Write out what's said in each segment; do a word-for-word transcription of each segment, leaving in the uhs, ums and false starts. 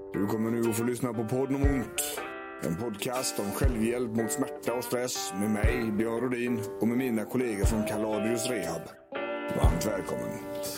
Du kommer nu att få lyssna på Podden om ont. En podcast om självhjälp mot smärta och stress med mig, Björn Rodin, och med mina kollegor från Kaladius Rehab. Varmt välkommen.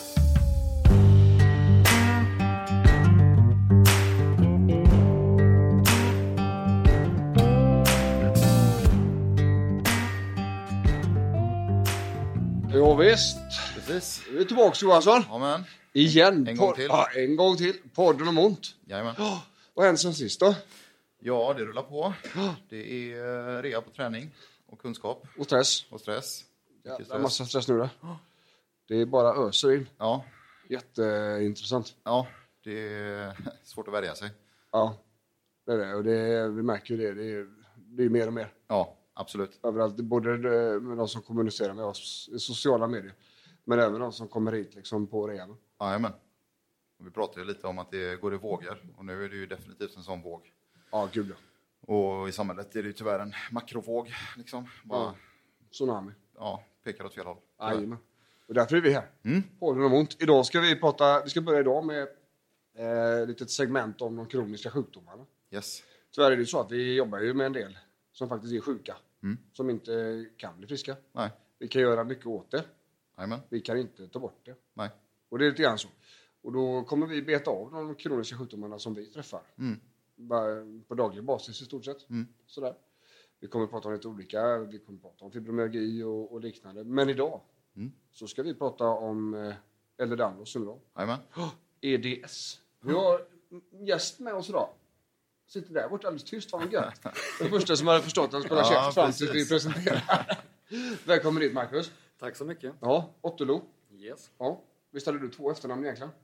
Ja visst. Precis. Vi är tillbaka, Johansson. Amen. Igen. En gång Pod- till. Ja, en gång till. Podden om ont. Jajamän. Oh, vad hände sen sist då? Ja, det rullar på. Det är uh, rea på träning och kunskap Och stress. och stress. Ja, Mycket det är stress. massa stress nu då. Det är bara öser in. Ja, Jätteintressant. ja, det är svårt att värja sig. Ja, det är det. Och det är, vi märker ju det. Det är, det är mer och mer. Ja, absolut. Överallt. Både det- med de som kommunicerar med oss i sociala medier. Men även de som kommer hit liksom på rehaben. Jajamän. Och vi pratade ju lite om att det går i vågor. Och nu är det ju definitivt en sån våg. Ja, gud ja. Och i samhället är det ju tyvärr en makrovåg. Liksom. Bara, Ja. Tsunami. ja, pekar åt fel håll. Jajamän. Och därför är vi här. Mm. Podden om ont. Idag ska vi prata, vi ska börja idag med eh, ett litet segment om de kroniska sjukdomarna. Yes. Tyvärr är det så att vi jobbar ju med en del som faktiskt är sjuka. Mm. Som inte kan bli friska. Nej. Vi kan göra mycket åt det. Jajamän. Vi kan inte ta bort det. Nej. Och det är lite grann så. Och då kommer vi beta av de kroniska sjukdomarna som vi träffar. Mm. Bara på daglig basis i stort sett. Mm. Sådär. Vi kommer prata om lite olika. Vi kommer prata om fibromyalgi och, och liknande. Men idag Mm. så ska vi prata om eh, Ehlers-Danlos syndrom. Jajamän. E D S. Vi har en gäst med oss idag. Sitter där borta alldeles tyst. Vad gött. Den första som hade förstått att han skulle ha Ja, käft fram tills vi precis. presenterar. Välkommen hit, Marcus. Tack så mycket. Ja, Ottolo. Yes. Ja. Visst hade du två efternamn egentligen?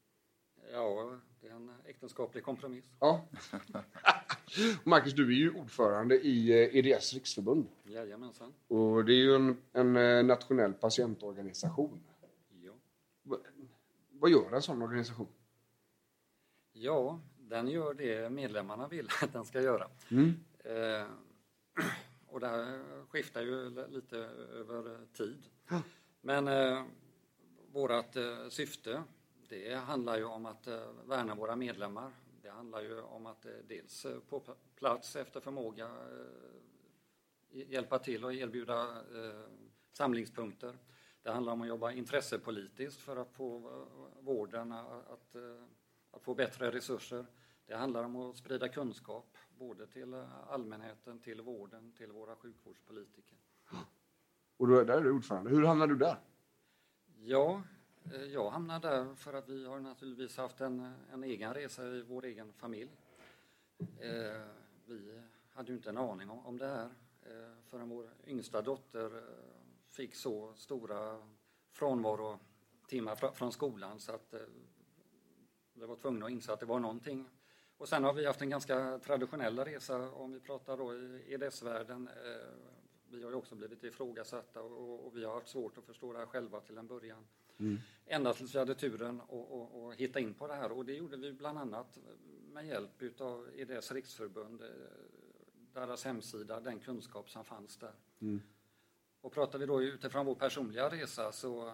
Ja, det är en äktenskaplig kompromiss. Ja. Marcus, du är ju ordförande i eh, E D S riksförbund. Jajamensan. Och det är ju en, en eh, nationell patientorganisation. Ja. Va- Vad gör en sån organisation? ja, den gör det medlemmarna vill att den ska göra. Mm. Eh, och det här skiftar ju l- lite över tid. Ja. Men eh, vårt eh, syfte, det handlar ju om att eh, värna våra medlemmar. Det handlar ju om att eh, dels eh, på p- plats efter förmåga eh, hjälpa till och erbjuda eh, samlingspunkter. Det handlar om att jobba intressepolitiskt för att få eh, vården att, att, eh, att få bättre resurser. Det handlar om att sprida kunskap både till eh, allmänheten, till vården, till våra sjukvårdspolitiker. Och då, där är du ordförande. Hur hamnade du där? Ja, eh, jag hamnar där för att vi har naturligtvis haft en, en egen resa i vår egen familj. Eh, vi hade ju inte en aning om, om det här eh, förrän vår yngsta dotter eh, fick så stora frånvarotimmar fr- från skolan så att eh, vi var tvungna att inse att det var någonting. Och sen har vi haft en ganska traditionell resa om vi pratar då i E D S-världen. Eh, vi har ju också blivit ifrågasatta och, och vi har haft svårt att förstå det här själva till en början. Mm. Ända tills vi hade turen att och, och hitta in på det här. Och det gjorde vi bland annat med hjälp av E D S riksförbund, eh, deras hemsida, den kunskap som fanns där. Mm. Och pratar vi då utifrån vår personliga resa så,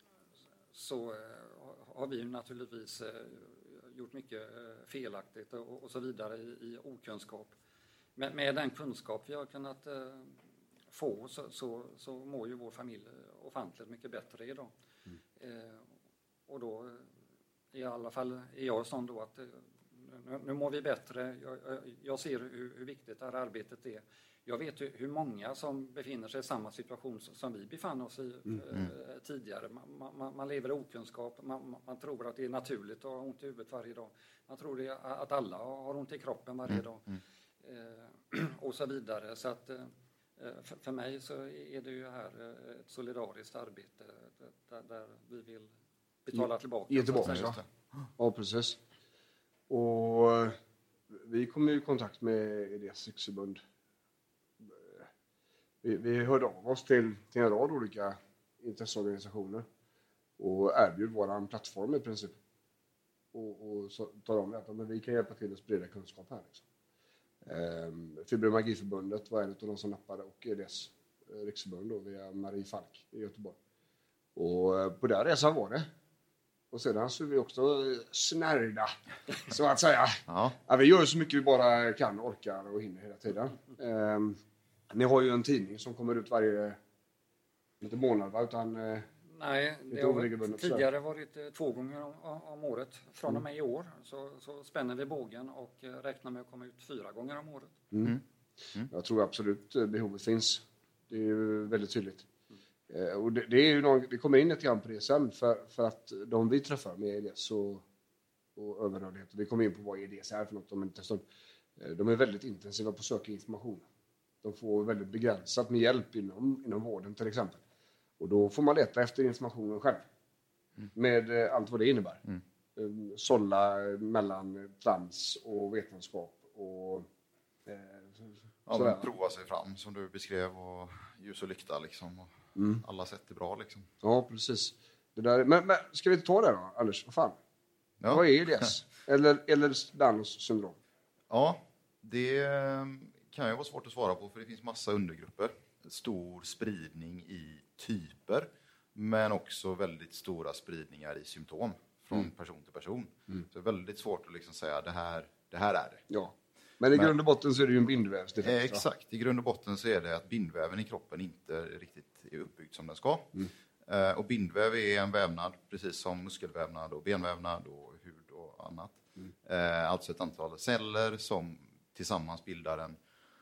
så eh, har vi ju naturligtvis eh, gjort mycket eh, felaktigt och, och så vidare i, i okunskap. Men med den kunskap vi har kunnat eh, få så, så, så mår ju vår familj ofantligt mycket bättre idag. Mm. Eh, och då eh, i alla fall är jag sån då att eh, nu, nu mår vi bättre. Jag, jag, jag ser hur, hur viktigt det här arbetet är. Jag vet ju hur många som befinner sig i samma situation som, som vi befann oss i Mm. eh, tidigare. Man, man, man lever i okunskap. Man, man, man tror att det är naturligt att ha ont i huvudet varje dag. Man tror det, att alla har ont i kroppen varje Mm. dag. Mm. Eh, och så vidare. Så att eh, för, för mig så är det ju här eh, ett solidariskt arbete där, där vi vill betala tillbaka. Ge så att tillbaka, säga. ja. Ja, precis. Och eh, vi kom ju i kontakt med E D S riksförbund. Vi, vi hörde av oss till, till en rad olika intresseorganisationer och erbjöd vår plattform i princip. Och, och så tar de att men vi kan hjälpa till att sprida kunskap här. Liksom. Ehm, Fibromyalgiförbundet var en av de som nappade och E D S riksförbund då, via Marie Falk i Göteborg. Och eh, på den resan var det. Och sedan så är vi också snärjda, så att säga. Ja. Ja, vi gör så mycket vi bara kan, orkar och hinner hela tiden. Um, ni har ju en tidning som kommer ut varje, inte månad va, utan... Uh, Nej, det har tidigare varit eh, två gånger om, om året. Från och med i år så, så spänner vi bågen och eh, räknar med att komma ut fyra gånger om året. Mm. Mm. Jag tror absolut behovet finns. Det är ju väldigt tydligt. Mm. Eh, och det, det är ju någon, vi kommer in lite grann på det sen, för, för att de vi träffar med E D S och, och överrörlighet, vi kommer in på vad E D S är för något om en liten stund. Eh, de är väldigt intensiva på att söka information. De får väldigt begränsat med hjälp inom, inom vården till exempel. Och då får man leta efter informationen själv. Mm. Med eh, allt vad det innebär. Mm. Eh, sålla mellan trams och vetenskap och eh, ja, men prova sig fram som du beskrev och ljus och lykta liksom. Och mm. alla sätt är bra liksom. Ja, precis. Det där, men, men ska vi inte ta det då, Anders? Vad fan? Ja. Vad är E D S? eller, eller Downs syndrom? Ja, det kan ju vara svårt att svara på för det finns massa undergrupper. Stor spridning i typer, men också väldigt stora spridningar i symptom från mm. person till person. Mm. Så det är väldigt svårt att liksom säga det här, det här är det. Ja. Men i men, grund och botten så är det ju en bindvävsdefekt. Eh, exakt, i grund och botten så är det att bindväven i kroppen inte riktigt är uppbyggd som den ska. Mm. Eh, och bindväv är en vävnad, precis som muskelvävnad och benvävnad och hud och annat. Mm. Eh, alltså ett antal celler som tillsammans bildar en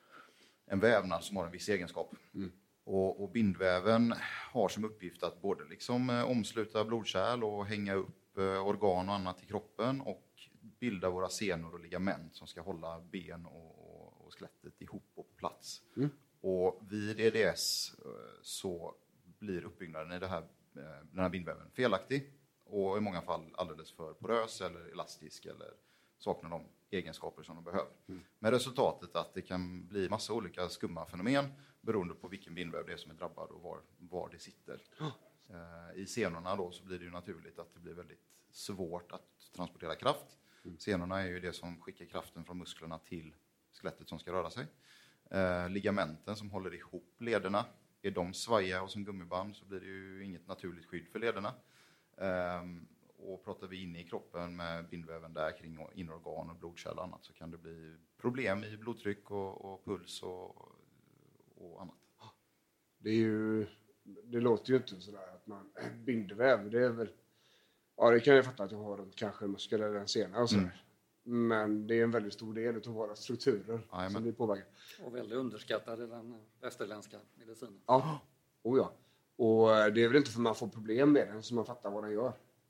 En vävnad som har en viss egenskap. Mm. Och, och bindväven har som uppgift att både liksom, eh, omsluta blodkärl och hänga upp eh, organ och annat i kroppen och bilda våra senor och ligament som ska hålla ben och, och, och skelettet ihop och på plats. Mm. Och vid E D S eh, så blir uppbyggnaden i det här, eh, den här bindväven felaktig och i många fall alldeles för porös eller elastisk eller saknar de egenskaper som de behöver. Mm. Med resultatet att det kan bli massa olika skumma fenomen beroende på vilken bindväv det är som är drabbad och var, var det sitter. Oh. Eh, I senorna då så blir det ju naturligt att det blir väldigt svårt att transportera kraft. Mm. Senorna är ju det som skickar kraften från musklerna till skelettet som ska röra sig. Eh, ligamenten som håller ihop lederna, är de svajiga och som gummiband så blir det ju inget naturligt skydd för lederna. Eh, Och pratar vi inne i kroppen med bindväven där kring innerorgan och blodkärl och annat så kan det bli problem i blodtryck och, och puls och, och annat. Det är ju, det låter ju inte sådär att man bindväv, det är väl, ja det kan jag fatta att jag har runt kanske muskel eller en sena och sådär. Mm. Men det är en väldigt stor del av våra strukturer Amen. Som vi påverkar. Och väldigt underskattad i den västerländska medicinen. Ja, oh ja. Och det är väl inte för man får problem med den som man fattar vad den gör.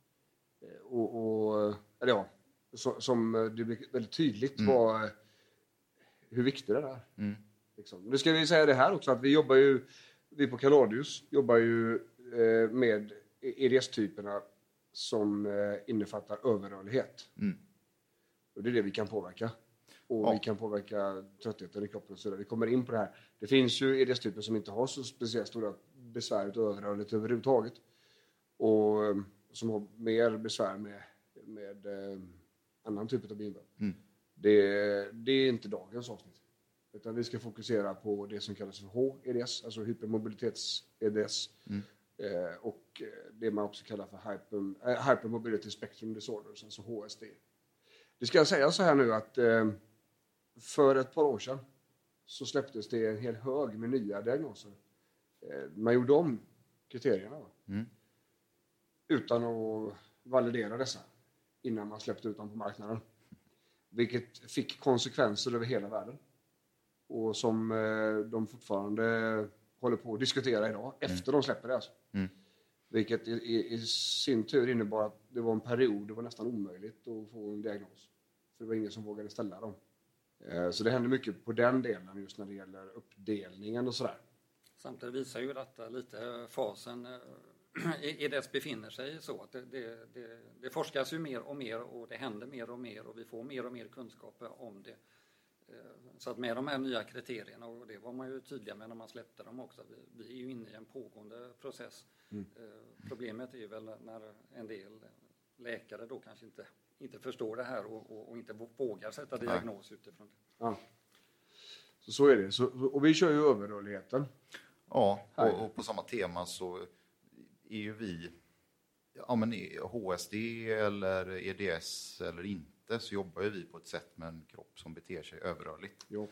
Och, och eller ja, så, som det blir väldigt tydligt mm. vad, hur viktigt det är. Mm. Liksom. Nu ska vi säga det här också, att vi jobbar ju, vi på Kaladius jobbar ju eh, med E D S-typerna som eh, innefattar överrörlighet. Mm. Och det är det vi kan påverka. Och ja. Vi kan påverka tröttheten i kroppen. Så där. Vi kommer in på det här. Det finns ju E D S-typer som inte har så speciellt stora besvär av överrörlighet överhuvudtaget. Och som har mer besvär med, med eh, annan typ av bindväv. Mm. Det, det är inte dagens avsnitt. Utan vi ska fokusera på det som kallas för H E D S, alltså hypermobilitets-E D S. Mm. Eh, och det man också kallar för hyper, äh, hypermobility spectrum disorders, alltså H S D. Det ska jag säga så här nu att eh, för ett par år sedan så släpptes det en hel hög med nya diagnoser. Eh, man gjorde om kriterierna. Mm. Utan att validera dessa innan man släppte ut dem på marknaden. Vilket fick konsekvenser över hela världen. Och som eh, de fortfarande håller på att diskutera idag. Mm. Efter de släpper det alltså. Mm. Vilket i, i, i sin tur innebar att det var en period det var nästan omöjligt att få en diagnos. För det var ingen som vågade ställa dem. Eh, så det händer mycket på den delen just när det gäller uppdelningen och sådär. Samtidigt visar ju detta lite fasen E D S befinner sig så att det, det, det, det forskas ju mer och mer och det händer mer och mer och vi får mer och mer kunskaper om det. Så att med de här nya kriterierna, och det var man ju tydliga med när man släppte dem också, vi, vi är ju inne i en pågående process. Mm. Problemet är ju väl när en del läkare då kanske inte, inte förstår det här och, och, och inte vågar sätta diagnos Nej. Utifrån det. Ja. Så, så är det. Så, och vi kör ju överrörligheten. Ja, och, och på samma tema så är ju vi Ja, men H S D eller E D S eller inte så jobbar ju vi på ett sätt med en kropp som beter sig överrörligt. Jo.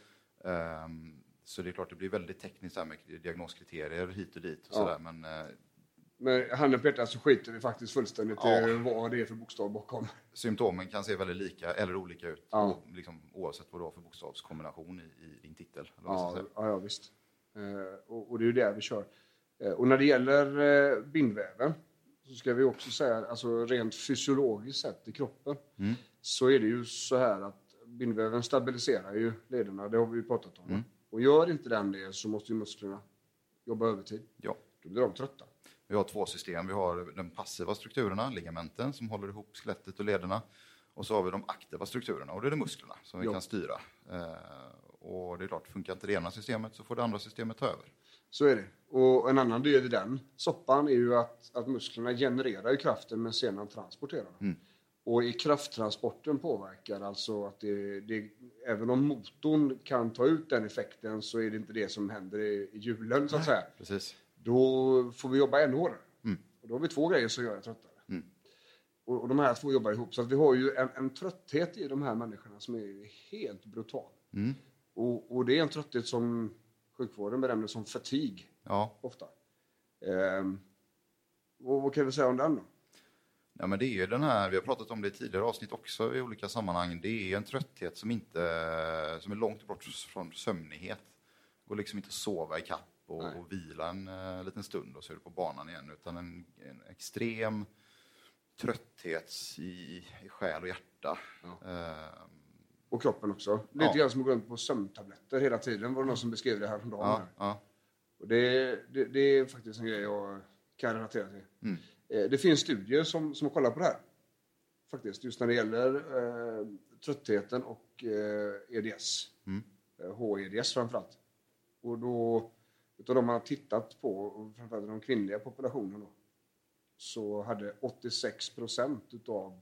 Um, så det är klart det blir väldigt tekniskt här med diagnoskriterier hit och dit och Ja. sådär, men uh, Men handen på hjärtat så skiter vi faktiskt fullständigt Ja. i vad det är för bokstav bakom. symptomen kan se väldigt lika eller olika ut, Ja. och, liksom, oavsett vad du har för bokstavskombination i, i din titel. Eller vad man ska Ja, säga. ja, ja visst. Eh, och, och det är ju där vi kör. Eh, och när det gäller eh, bindväven så ska vi också säga, alltså rent fysiologiskt sett i kroppen, Mm. så är det ju så här att bindväven stabiliserar ju lederna, det har vi ju pratat om. Mm. Och gör inte den det så måste ju musklerna jobba övertid. Ja. Då blir de trötta. Vi har två system. Vi har de passiva strukturerna, ligamenten, som håller ihop skelettet och lederna. Och så har vi de aktiva strukturerna, och det är det musklerna som vi Ja. kan styra. Eh, och det är klart, funkar inte det ena systemet så får det andra systemet ta över. Så är det. Och en annan del i den soppan är ju att, att musklerna genererar ju kraften men sedan transporterar den. Mm. Och i krafttransporten påverkar alltså att det, det, även om motorn kan ta ut den effekten så är det inte det som händer i, i hjulen så att säga. Precis. Då får vi jobba ännu hårdare. Mm. Och då har vi två grejer som gör det tröttare. Mm. Och, och de här två jobbar ihop. Så att vi har ju en, en trötthet i de här människorna som är helt brutal. Mm. Och, och det är en trötthet som sjukvården benämner som fatigue Ja. ofta. Ehm, och vad kan vi säga om den då? Ja, men det är ju den här, vi har pratat om det i tidigare avsnitt också i olika sammanhang. Det är en trötthet som, inte, som är långt bort från sömnighet. Det går liksom inte att sova i kapp och, och vila en uh, liten stund och så är du på banan igen. Utan en, en extrem trötthet i, i själ och hjärta. Ja. Uh, Och kroppen också. Lite Ja. grann som att gå runt på sömntabletter hela tiden. Var det någon som beskrev det här från dagen? ja, här. ja. Och det, det, det är faktiskt en grej jag kan relatera till. Mm. Eh, Det finns studier som, som kollar på det här. Faktiskt, just när det gäller eh, tröttheten och eh, E D S. Mm. Eh, H E D S framförallt. Och då, utav de man har tittat på, och framförallt den kvinnliga populationen då, så hade åttiosex procent utav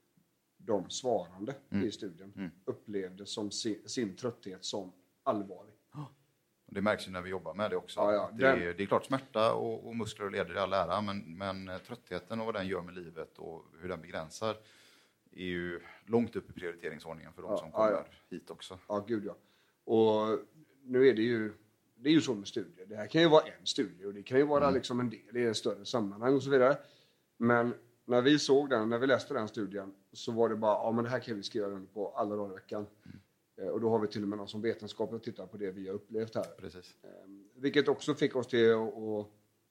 de svarande Mm. i studien Mm. upplevde som sin, sin trötthet som allvarlig. Och det märks ju när vi jobbar med det också. Ja, ja, Att det, den- är, det är klart smärta och, och muskler och leder i all ära, men, men eh, tröttheten och vad den gör med livet och hur den begränsar är ju långt upp i prioriteringsordningen för de Ja, som ja, kommer ja. hit också. Ja, gud ja. Och nu är det ju, det är ju så med studier. Det här kan ju vara en studie och det kan ju vara Mm. liksom en del i en större sammanhang och så vidare. Men när vi såg den, när vi läste den studien, så var det bara, ja men det här kan vi skriva under på alla dagar i veckan. Mm. Eh, Och då har vi till och med någon som vetenskapligt tittar på det vi har upplevt här. Precis. Eh, Vilket också fick oss till att, att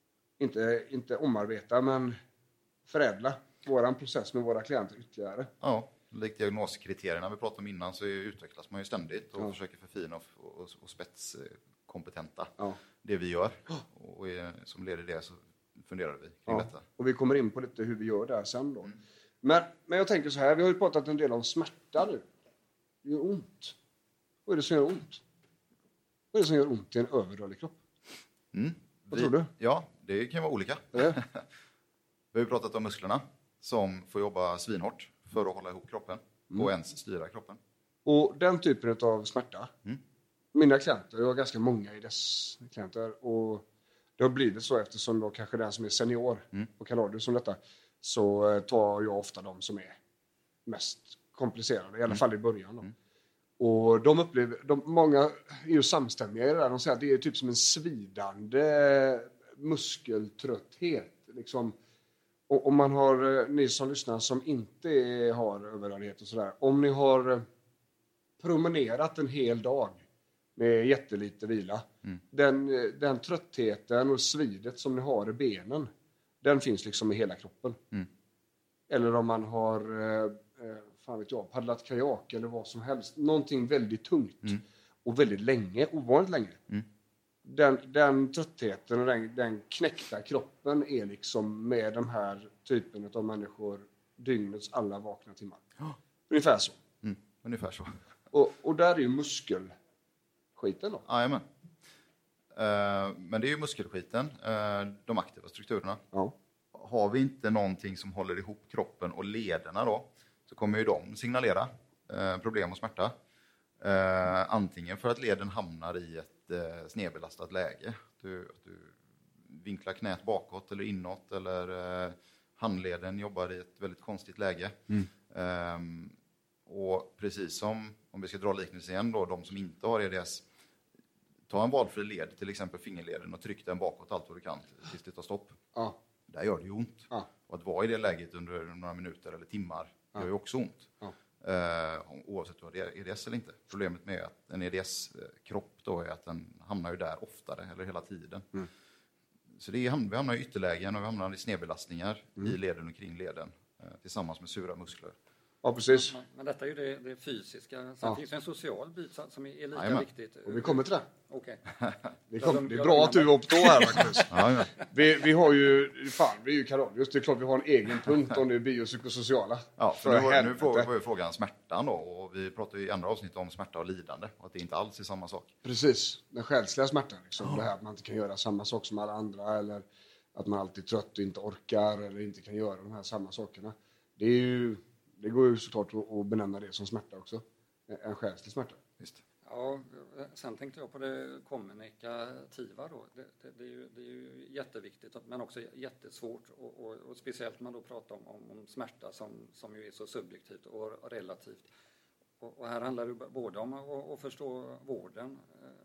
inte, inte omarbeta, men förädla våran process med våra klienter ytterligare. Ja, likt diagnoskriterierna vi pratade om innan så utvecklas man ju ständigt och Ja. försöker förfina och, och, och spetskompetenta Ja. det vi gör. Och eh, som leder det så funderar vi kring Ja. detta. Och vi kommer in på lite hur vi gör där sen då. Men, men jag tänker så här, vi har ju pratat en del om smärta nu. Det gör ont. Vad är det som gör ont? Vad är det som gör ont i en överrörlig kropp? Mm. Vad Vi- tror du? Ja, det kan vara olika. Eh? Vi har ju pratat om musklerna som får jobba svinhårt för att hålla ihop kroppen och ens styra kroppen. Och den typen av smärta. Mm. Mina klienter, jag har ganska många i dess klienter. Och det har blivit så eftersom då kanske den som är senior Mm. på Kaladius som detta. Så eh, tar jag ofta de som är mest komplicerade, i alla fall i början då. Mm. Och de upplever, de, många är ju samstämmiga i det där. De säger att det är typ som en svidande muskeltrötthet. Liksom. Och om man har, eh, ni som lyssnar som inte är, har överrörlighet och sådär. Om ni har eh, promenerat en hel dag med jättelite vila. Mm. Den, eh, den tröttheten och svidet som ni har i benen. Den finns liksom i hela kroppen. Mm. Eller om man har eh, eh, fan vet jag, paddlat kajak eller vad som helst. Någonting väldigt tungt. Mm. Och väldigt länge, ovanligt länge. Mm. Den, den tröttheten och den, den knäckta kroppen är liksom med de här typen av människor dygnets alla vakna timmar. Ja. Ungefär så. Mm. Ungefär så. Och, och där är ju muskelskiten då. Jajamän. Uh, men det är ju muskelskiten, uh, de aktiva strukturerna. Ja. Har vi inte någonting som håller ihop kroppen och lederna då, så kommer ju de signalera uh, problem och smärta. Uh, antingen för att leden hamnar i ett uh, snedbelastat läge. Att du, att du vinklar knät bakåt eller inåt eller uh, handleden jobbar i ett väldigt konstigt läge. Mm. Um, och precis som, om vi ska dra liknelse igen då, de som inte har E D S, ta en valfri led, till exempel fingerleden, och tryck den bakåt allt vad du kan tills det tar stopp. Ja. Där gör det ju ont. Ja. Och att vara i det läget under några minuter eller timmar ja. gör ju också ont. Ja. Uh, oavsett om du har E D S eller inte. Problemet med att en E D S-kropp då är att den hamnar ju där oftare eller hela tiden. Mm. Så det är, vi hamnar i ytterlägen och vi hamnar i snedbelastningar mm. i leden och kring leden uh, tillsammans med sura muskler. Ja, precis. Men, men detta är ju det, det fysiska. Sen ja. finns det en social bit som är lika Jajamän. viktigt. Och vi kommer till det. Okej. Det, kom, det är bra att du är upp då här, Magnus. ja, vi, vi har ju, fan, vi är ju Karolius. Det är klart vi har en egen punkt om det är biopsykosociala. Ja, för för nu, nu får vi frågan smärtan då. Och vi pratar ju i andra avsnitt om smärta och lidande. Och att det inte alls är samma sak. Precis, den själsliga smärtan. Liksom. Oh. Det här att man inte kan göra samma sak som alla andra. Eller att man alltid är trött och inte orkar. Eller inte kan göra de här samma sakerna. Det är ju... Det går ju såklart att benämna det som smärta också. En själslig smärta. Just. Ja, sen tänkte jag på det kommunikativa då. Det, det, det, är, ju, det är ju jätteviktigt men också jättesvårt. Och, och, och speciellt när man då pratar om, om, om smärta som, som ju är så subjektivt och relativt. Och, och här handlar det både om att, att förstå vården.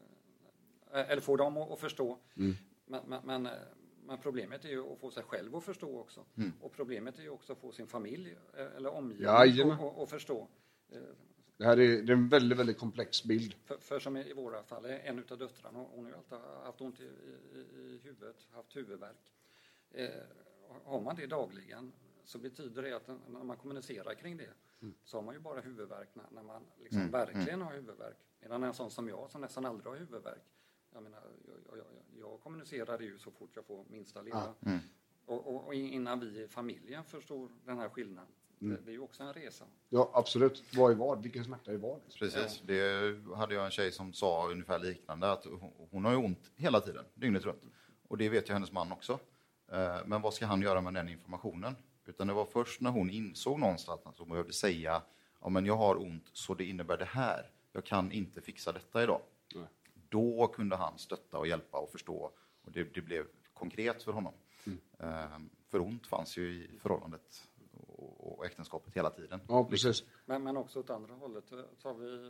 Eller få dem att förstå. Mm. Men... men, men Men problemet är ju att få sig själv att förstå också. Mm. Och problemet är ju också att få sin familj eller omgivning att, att förstå. Det här är, det är en väldigt, väldigt komplex bild. För, för som i våra fall, en av döttrarna, hon har ju alltid haft ont i, i, i huvudet, haft huvudvärk. Eh, har man det dagligen så betyder det att när man kommunicerar kring det mm. så har man ju bara huvudvärk när, när man liksom mm. verkligen har huvudvärk. Medan en sån som jag som nästan aldrig har huvudvärk. Jag menar, jag, jag, jag kommunicerar ju så fort jag får minsta lilla. Mm. Och, och, och innan vi i familjen förstår den här skillnaden. Mm. Det, det är ju också en resa. Ja, absolut. Vad är vad? Vilken smärta är vad? Precis. Ja. Det hade jag en tjej som sa ungefär liknande. Att hon, hon har ju ont hela tiden, dygnet runt. Och det vet ju hennes man också. Men vad ska han göra med den informationen? Utan det var först när hon insåg någonstans att hon behövde säga ja, men jag har ont så det innebär det här. Jag kan inte fixa detta idag. Mm. Då kunde han stötta och hjälpa och förstå. Och det, det blev konkret för honom. Mm. Ehm, för ont fanns ju i förhållandet och, och äktenskapet hela tiden. Ja, precis. Men, men också åt andra hållet. Så har vi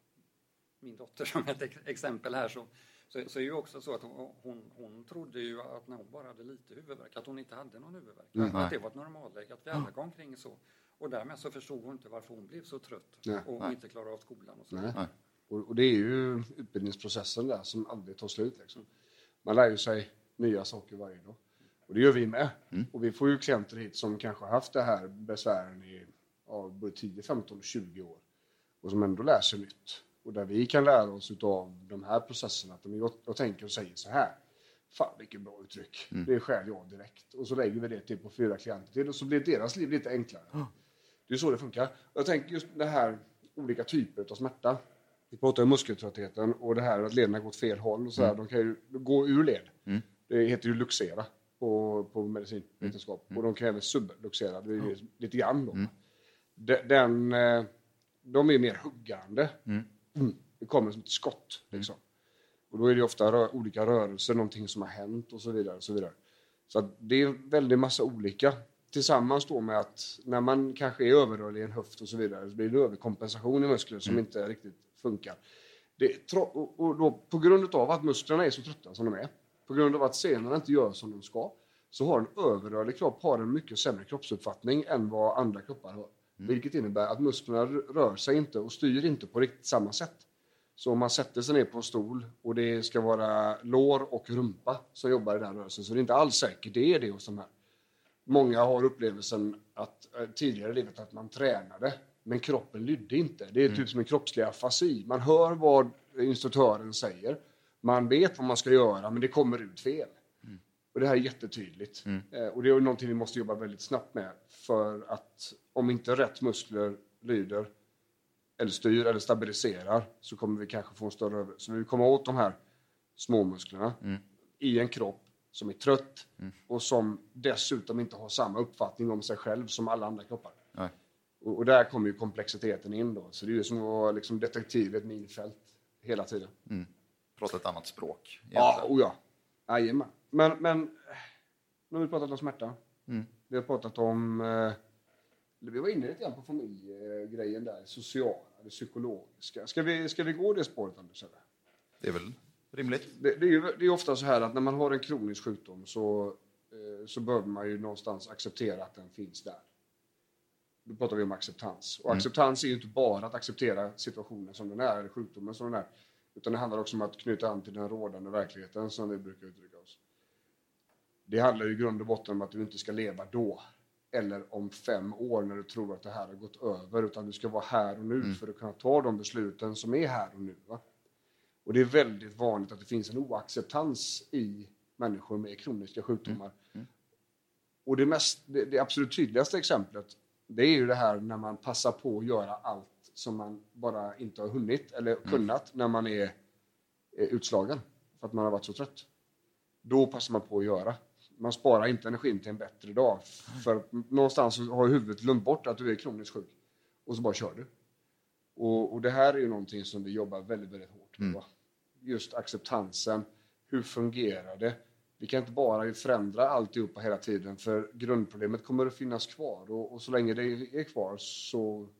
min dotter som ett exempel här. Så, så, så är det ju också så att hon, hon, hon trodde ju att när hon bara hade lite huvudvärk. Att hon inte hade någon huvudvärk. Mm. Att det var ett normalläge. Att vi alla går omkring så. Och därmed så förstod hon inte varför hon blev så trött. Nej. Och Nej. inte klarade av skolan och så. Nej. Nej. Och det är ju utbildningsprocessen där som aldrig tar slut. Liksom. Man lär ju sig nya saker varje dag. Och det gör vi med. Mm. Och vi får ju klienter hit som kanske har haft det här besvären i ja, både tio, femton, tjugo år. Och som ändå lär sig nytt. Och där vi kan lära oss av de här processerna. Att de, jag tänker och säger så här. Fan vilket bra uttryck. Mm. Det är skäl jag direkt. Och så lägger vi det till på fyra klienter till. Och så blir deras liv lite enklare. Mm. Det är så det funkar. Jag tänker just det här olika typer av smärta. Vi pratar om muskeltröttheten och det här att lederna går åt fel håll och så här, mm. de kan ju gå ur led. Mm. Det heter ju luxera på, på medicinvetenskap. Mm. Och de kan även subluxera, det är mm. lite grann då. Mm. Den, de är mer huggande. Mm. Mm. Det kommer som ett skott liksom. Mm. Och då är det ofta rö- olika rörelser, någonting som har hänt och så vidare. Och så vidare. Så att det är väldigt massa olika. Tillsammans då med att när man kanske är överrörlig i en höft och så vidare så blir det överkompensation i muskler som mm. inte riktigt funkar. Det, och, och då, på grund av att musklerna är så trötta som de är, på grund av att senorna inte gör som de ska, så har en överrörlig kropp har en mycket sämre kroppsuppfattning än vad andra kroppar har. Mm. Vilket innebär att musklerna rör sig inte och styr inte på riktigt samma sätt. Så om man sätter sig ner på en stol och det ska vara lår och rumpa som jobbar i den rörelsen, så det är inte alls säkert det är det hos de här. Många har upplevelsen att äh, tidigare i livet att man tränade, men kroppen lydde inte. Det är mm. typ som en kroppslig afasi. Man hör vad instruktören säger. Man vet vad man ska göra, men det kommer ut fel. Mm. Och det här är jättetydligt. Mm. Eh, och det är någonting vi måste jobba väldigt snabbt med. För att om inte rätt muskler lyder, eller styr, eller stabiliserar, så kommer vi kanske få en större över. Så vi kommer åt de här små musklerna mm. i en kropp som är trött mm. och som dessutom inte har samma uppfattning om sig själv som alla andra kroppar. Nej. Och, och där kommer ju komplexiteten in då. Så det är ju som att vara liksom detektiv i ett minfält hela tiden. Mm. Prata ett annat språk. Ja, och ja. Jajamän. Men, men nu har vi pratat om smärta. Mm. Vi har pratat om, eh, vi var inne lite grann på familjegrejen där, sociala, det psykologiska. Ska vi, ska vi gå det spåret, Anders? Eller? Det är väl rimligt. Det, det, är ju, det är ofta så här att när man har en kronisk sjukdom så, eh, så behöver man ju någonstans acceptera att den finns där. Då pratar vi om acceptans. Och Mm. acceptans är ju inte bara att acceptera situationen som den är, eller sjukdomen som den är. Utan det handlar också om att knyta an till den rådande verkligheten som vi brukar uttrycka oss. Det handlar ju i grund och botten om att du inte ska leva då. Eller om fem år när du tror att det här har gått över. Utan du ska vara här och nu Mm. för att kunna ta de besluten som är här och nu. Va? Och det är väldigt vanligt att det finns en oacceptans i människor med kroniska sjukdomar. Mm. Mm. Och det, mest, det, det absolut tydligaste exemplet, det är ju det här när man passar på att göra allt som man bara inte har hunnit eller kunnat när man är, är utslagen. För att man har varit så trött. Då passar man på att göra. Man sparar inte energin till en bättre dag. För någonstans har huvudet glömt bort att du är kroniskt sjuk. Och så bara kör du. Och, och det här är ju någonting som vi jobbar väldigt, väldigt hårt med. Mm. Just acceptansen. Hur fungerar det? Vi kan inte bara förändra alltihopa hela tiden. För grundproblemet kommer att finnas kvar. Och, och så länge det är kvar så,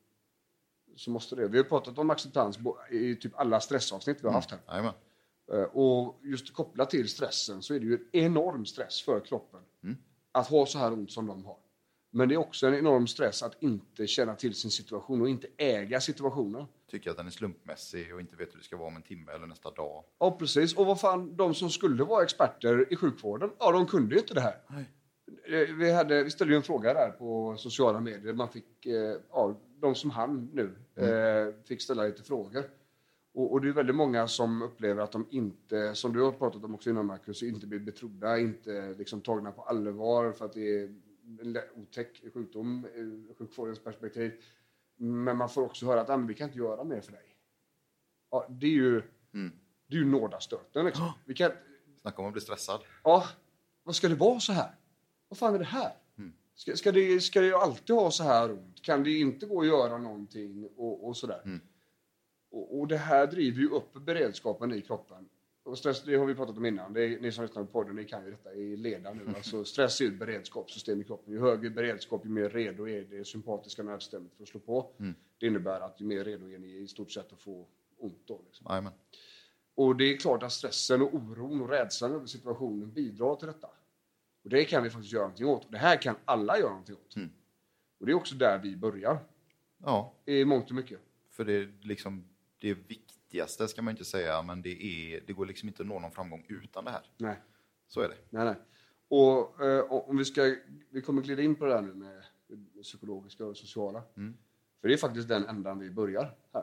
så måste det. Vi har pratat om acceptans i typ alla stressavsnitt vi har haft här. Mm. Jajamän. Och just kopplat till stressen så är det ju en enorm stress för kroppen. Mm. Att ha så här ont som de har. Men det är också en enorm stress att inte känna till sin situation och inte äga situationen. Tycker att den är slumpmässig och inte vet hur det ska vara om en timme eller nästa dag. Ja, precis. Och vad fan, de som skulle vara experter i sjukvården, ja, de kunde ju inte det här. Nej. Vi, hade, vi ställde ju en fråga där på sociala medier. Man fick, eh, ja, de som han nu eh, fick ställa lite frågor. Och, och det är väldigt många som upplever att de inte, som du har pratat om också innan Marcus, inte blir betrodda, inte liksom tagna på allvar för att det är en otäck sjukdom ur sjukvårdens perspektiv. Men man får också höra att ah, men vi kan inte göra mer för dig. Ja, det är ju, Mm. det är ju nådastöten. Liksom. Vi kan, Snacka om att bli stressad. ja, vad ska det vara så här? Vad fan är det här? Mm. Ska, ska, det, ska det alltid ha så här ont? Kan det inte gå att göra någonting och, och sådär? Mm. Och, och det här driver ju upp beredskapen i kroppen. Och stress, det har vi pratat om innan. Det är, ni som lyssnar på podden, ni kan ju detta i leda nu. Alltså stress är ju ett beredskapssystem i kroppen. Ju högre beredskap, ju mer redo är det sympatiska nervsystemet för att slå på. Mm. Det innebär att ju mer redo är ni i stort sett att få ont då. Liksom. Jajamän. Och det är klart att stressen och oron och rädslan över situationen bidrar till detta. Och det kan vi faktiskt göra någonting åt. Och det här kan alla göra någonting åt. Mm. Och det är också där vi börjar. Ja, I mångt och mycket. för det är liksom det viktigaste ska man inte säga, men det, är, det går liksom inte att nå någon framgång utan det här. Nej. Så är det. Nej, nej. Och eh, om vi ska, vi kommer glida in på det där nu med det psykologiska och sociala. Mm. För det är faktiskt den ändan vi börjar här.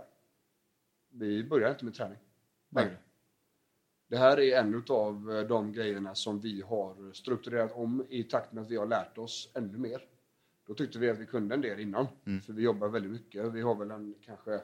Vi börjar inte med träning. Nej. längre. Det här är en av de grejerna som vi har strukturerat om i takt med att vi har lärt oss ännu mer. Då tyckte vi att vi kunde en del innan. Mm. För vi jobbar väldigt mycket. Vi har väl en kanske,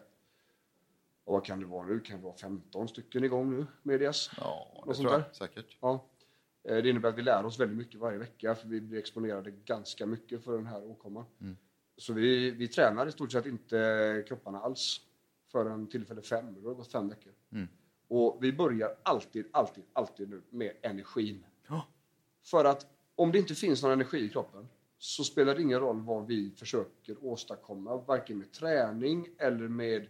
vad kan det vara nu? Kan det vara femton stycken igång nu med D S? Ja, det Något sånt tror jag där? säkert. Ja. Det innebär att vi lär oss väldigt mycket varje vecka. För vi blir exponerade ganska mycket för den här åkomman. Mm. Så vi, vi tränar i stort sett inte kropparna alls förrän tillfälle fem. Det har gått fem veckor. Mm. Och vi börjar alltid, alltid, alltid nu med energin. Ja. För att om det inte finns någon energi i kroppen så spelar det ingen roll vad vi försöker åstadkomma. Varken med träning eller med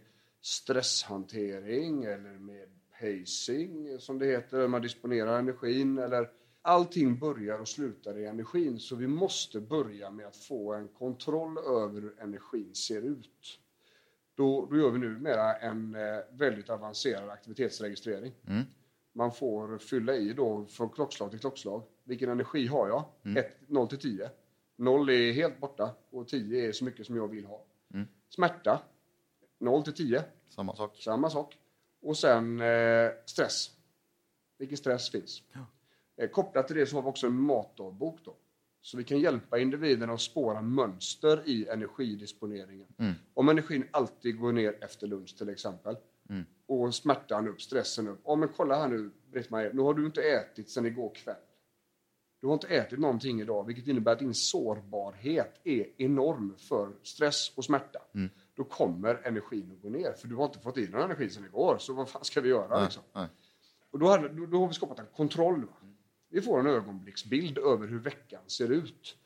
stresshantering eller med pacing som det heter. Man disponerar energin eller allting börjar och slutar i energin. Så vi måste börja med att få en kontroll över hur energin ser ut. Då, då gör vi nu mera en eh, väldigt avancerad aktivitetsregistrering. Mm. Man får fylla i då från klockslag till klockslag. Vilken energi har jag? Mm. ett, noll till tio. noll är helt borta och tio är så mycket som jag vill ha. Mm. Smärta. noll till tio. Samma sak. Samma sak. Och sen eh, stress. Vilken stress finns. Ja. Eh, kopplat till det så har vi också en matdagbok då. Så vi kan hjälpa individen att spåra mönster i energidisponeringen. Mm. Om energin alltid går ner efter lunch till exempel. Mm. Och smärtan upp, stressen upp. Ja men kolla här nu Britt-Marie, nu har du inte ätit sedan igår kväll. Du har inte ätit någonting idag, vilket innebär att din sårbarhet är enorm för stress och smärta. Mm. Då kommer energin att gå ner, för du har inte fått i någon energi sedan igår. Så vad fan ska vi göra Nej, liksom? nej. Och då har, då, då har vi skapat en kontroll. Va? Vi får en ögonblicksbild över hur veckan ser ut.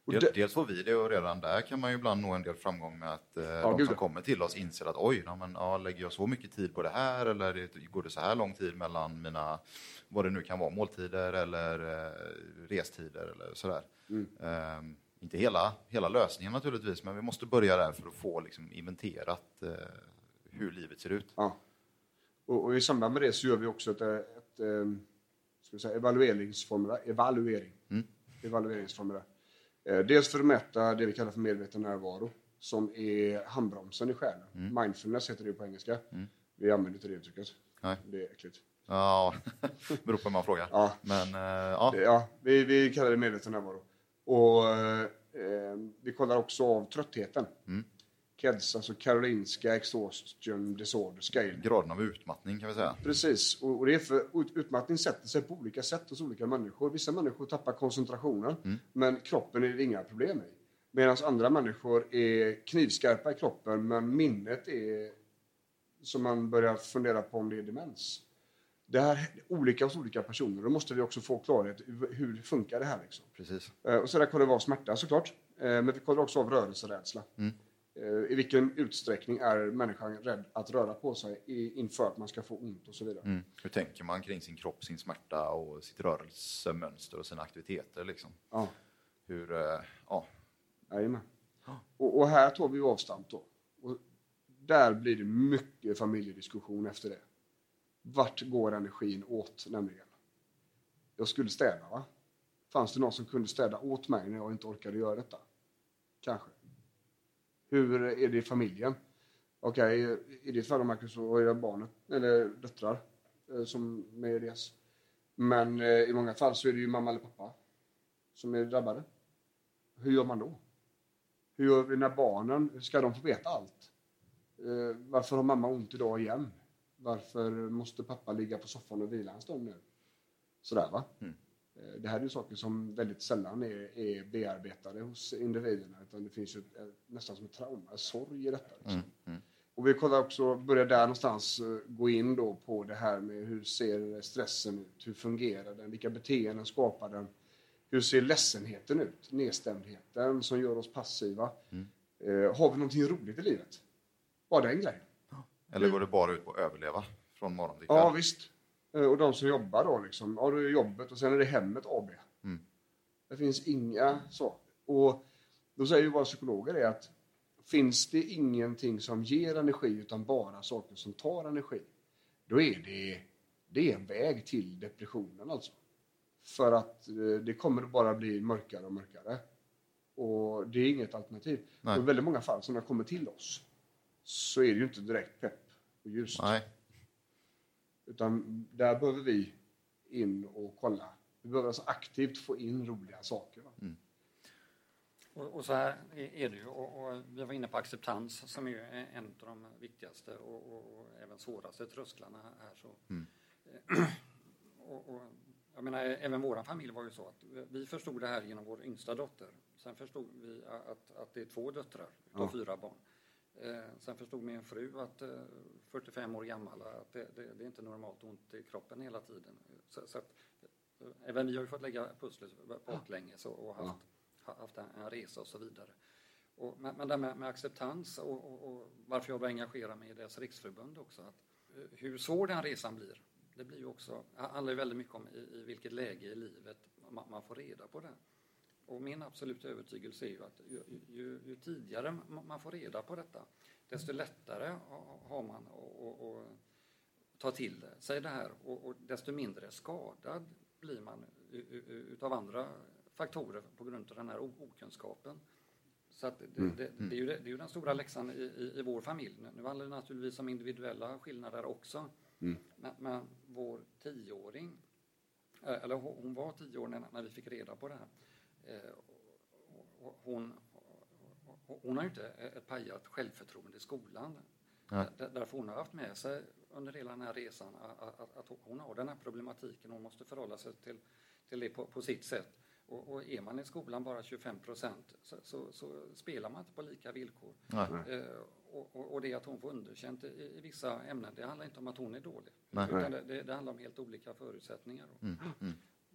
det... Dels får vi det och redan där kan man ju ibland nå en del framgång med att eh, ja, de som kommer till oss inser att oj, ja, men, ja, lägger jag så mycket tid på det här eller det, går det så här lång tid mellan mina, vad det nu kan vara, måltider eller eh, restider eller sådär. Mm. Um, inte hela, hela lösningen naturligtvis, men vi måste börja där för att få liksom, inventerat eh, hur livet ser ut. Ja. Och, och i samband med det så gör vi också ett, ett, ett ska vi säga, evalueringsformulär. Evaluering. Mm. Evalueringsformulär. Eh, dels för att mäta det vi kallar för medveten närvaro, som är handbromsen i själen. Mm. Mindfulness heter det på engelska. Mm. Vi använder inte det uttrycket. Nej. Det är äckligt. Ja, beror på hur man frågar. Ja. Men, eh, ja. ja vi, vi kallar det medveten närvaro. Och eh, vi kollar också av tröttheten. Mm. C E D S, alltså Karolinska Exhaustion Disorder Scale. Graden av utmattning kan vi säga. Precis, och, och det är för utmattning sätter sig på olika sätt hos olika människor. Vissa människor tappar koncentrationen, mm. men kroppen är det inga problem i. Medan andra människor är knivskarpa i kroppen, men minnet är som man börjar fundera på om det är demens. Det här är olika hos olika personer. Då måste vi också få klarhet hur funkar det här liksom. Precis. Och så där kollar vi av smärta såklart. Men vi kollar också av rörelserädsla. Mm. I vilken utsträckning är människan rädd att röra på sig inför att man ska få ont och så vidare. Mm. Hur tänker man kring sin kropp, sin smärta och sitt rörelsemönster och sina aktiviteter liksom? Ja. Hur, ja. Jajamän. Och, och här tar vi avstamp då. Och där blir det mycket familjediskussion efter det. Vart går energin åt nämligen? Jag skulle städa, va? Fanns det någon som kunde städa åt mig när jag inte orkade göra detta? Kanske. Hur är det i familjen? Okej, okay, i ditt fall, Marcus, så är det barnet, eller döttrar som med det. Men i många fall så är det ju mamma eller pappa som är drabbade. Hur gör man då? Hur gör vi när barnen, ska de få veta allt? Varför har mamma ont idag igen? Varför måste pappa ligga på soffan och vila en stund nu? Sådär, va? Mm. Det här är ju saker som väldigt sällan är, är bearbetade hos individerna. Utan det finns ju ett, nästan som ett trauma, sorg i detta. Liksom. Mm. Mm. Och vi kollar också, börjar där någonstans gå in då på det här med hur ser stressen ut? Hur fungerar den? Vilka beteenden skapar den? Hur ser ledsenheten ut? Nedstämdheten som gör oss passiva. Mm. Eh, har vi någonting roligt i livet? Var det en grej? Eller går det bara ut på att överleva från morgon till kväll? Ja, visst. Och de som jobbar då liksom, ja, det är jobbet och sen är det hemmet A B. Mm. Det finns inga saker. Och då säger ju våra psykologer är att finns det ingenting som ger energi utan bara saker som tar energi, då är det, det är en väg till depressionen alltså. För att det kommer bara bli mörkare och mörkare. Och det är inget alternativ. Och i väldigt många fall som har kommit till oss så är det ju inte direkt pepp och ljust. Nej. Utan där behöver vi in och kolla. Vi behöver alltså aktivt få in roliga saker. Va? Mm. Och, och så här är det ju. Och, och vi var inne på acceptans som är en av de viktigaste och, och, och även svåraste trösklarna här. Så. Mm. och, och, jag menar, även vår familj var ju så att vi förstod det här genom vår yngsta dotter. Sen förstod vi att, att det är två döttrar utav ja. fyra barn. Eh, sen förstod min fru att eh, fyrtiofem år gammal att det, det, det är inte normalt ont i kroppen hela tiden. Så, så att, eh, även vi har ju fått lägga pusslet baklänges och, och haft, ja. haft en, en resa och så vidare. Och, men, men det med, med acceptans och, och, och varför jag var engagerad med i deras riksförbund också. Att, eh, hur svår den resan blir, det blir ju också, handlar ju väldigt mycket om i, i vilket läge i livet man, man får reda på det. Och min absoluta övertygelse är ju att ju, ju, ju tidigare man får reda på detta, desto lättare har man att ta till sig det här. Och, och desto mindre skadad blir man utav andra faktorer på grund av den här okunskapen. Så att det, mm. det, det, är ju, det är ju den stora läxan i, i, i vår familj. Nu handlar det naturligtvis om individuella skillnader också. Mm. Men, men vår tioåring, eller hon var tio år när, när vi fick reda på det här. Hon, hon har ju inte ett pajat självförtroende i skolan. Ja. Därför hon har haft med sig under hela den här resan att, att, att hon har den här problematiken. Hon måste förhålla sig till, till det på, på sitt sätt. Och, och är man i skolan bara tjugofem procent så, så, så spelar man inte på lika villkor. Eh, och, och, och det att hon får underkänt i, i vissa ämnen, det handlar inte om att hon är dålig. Nej. Utan det, det, det handlar om helt olika förutsättningar. Mm. Mm.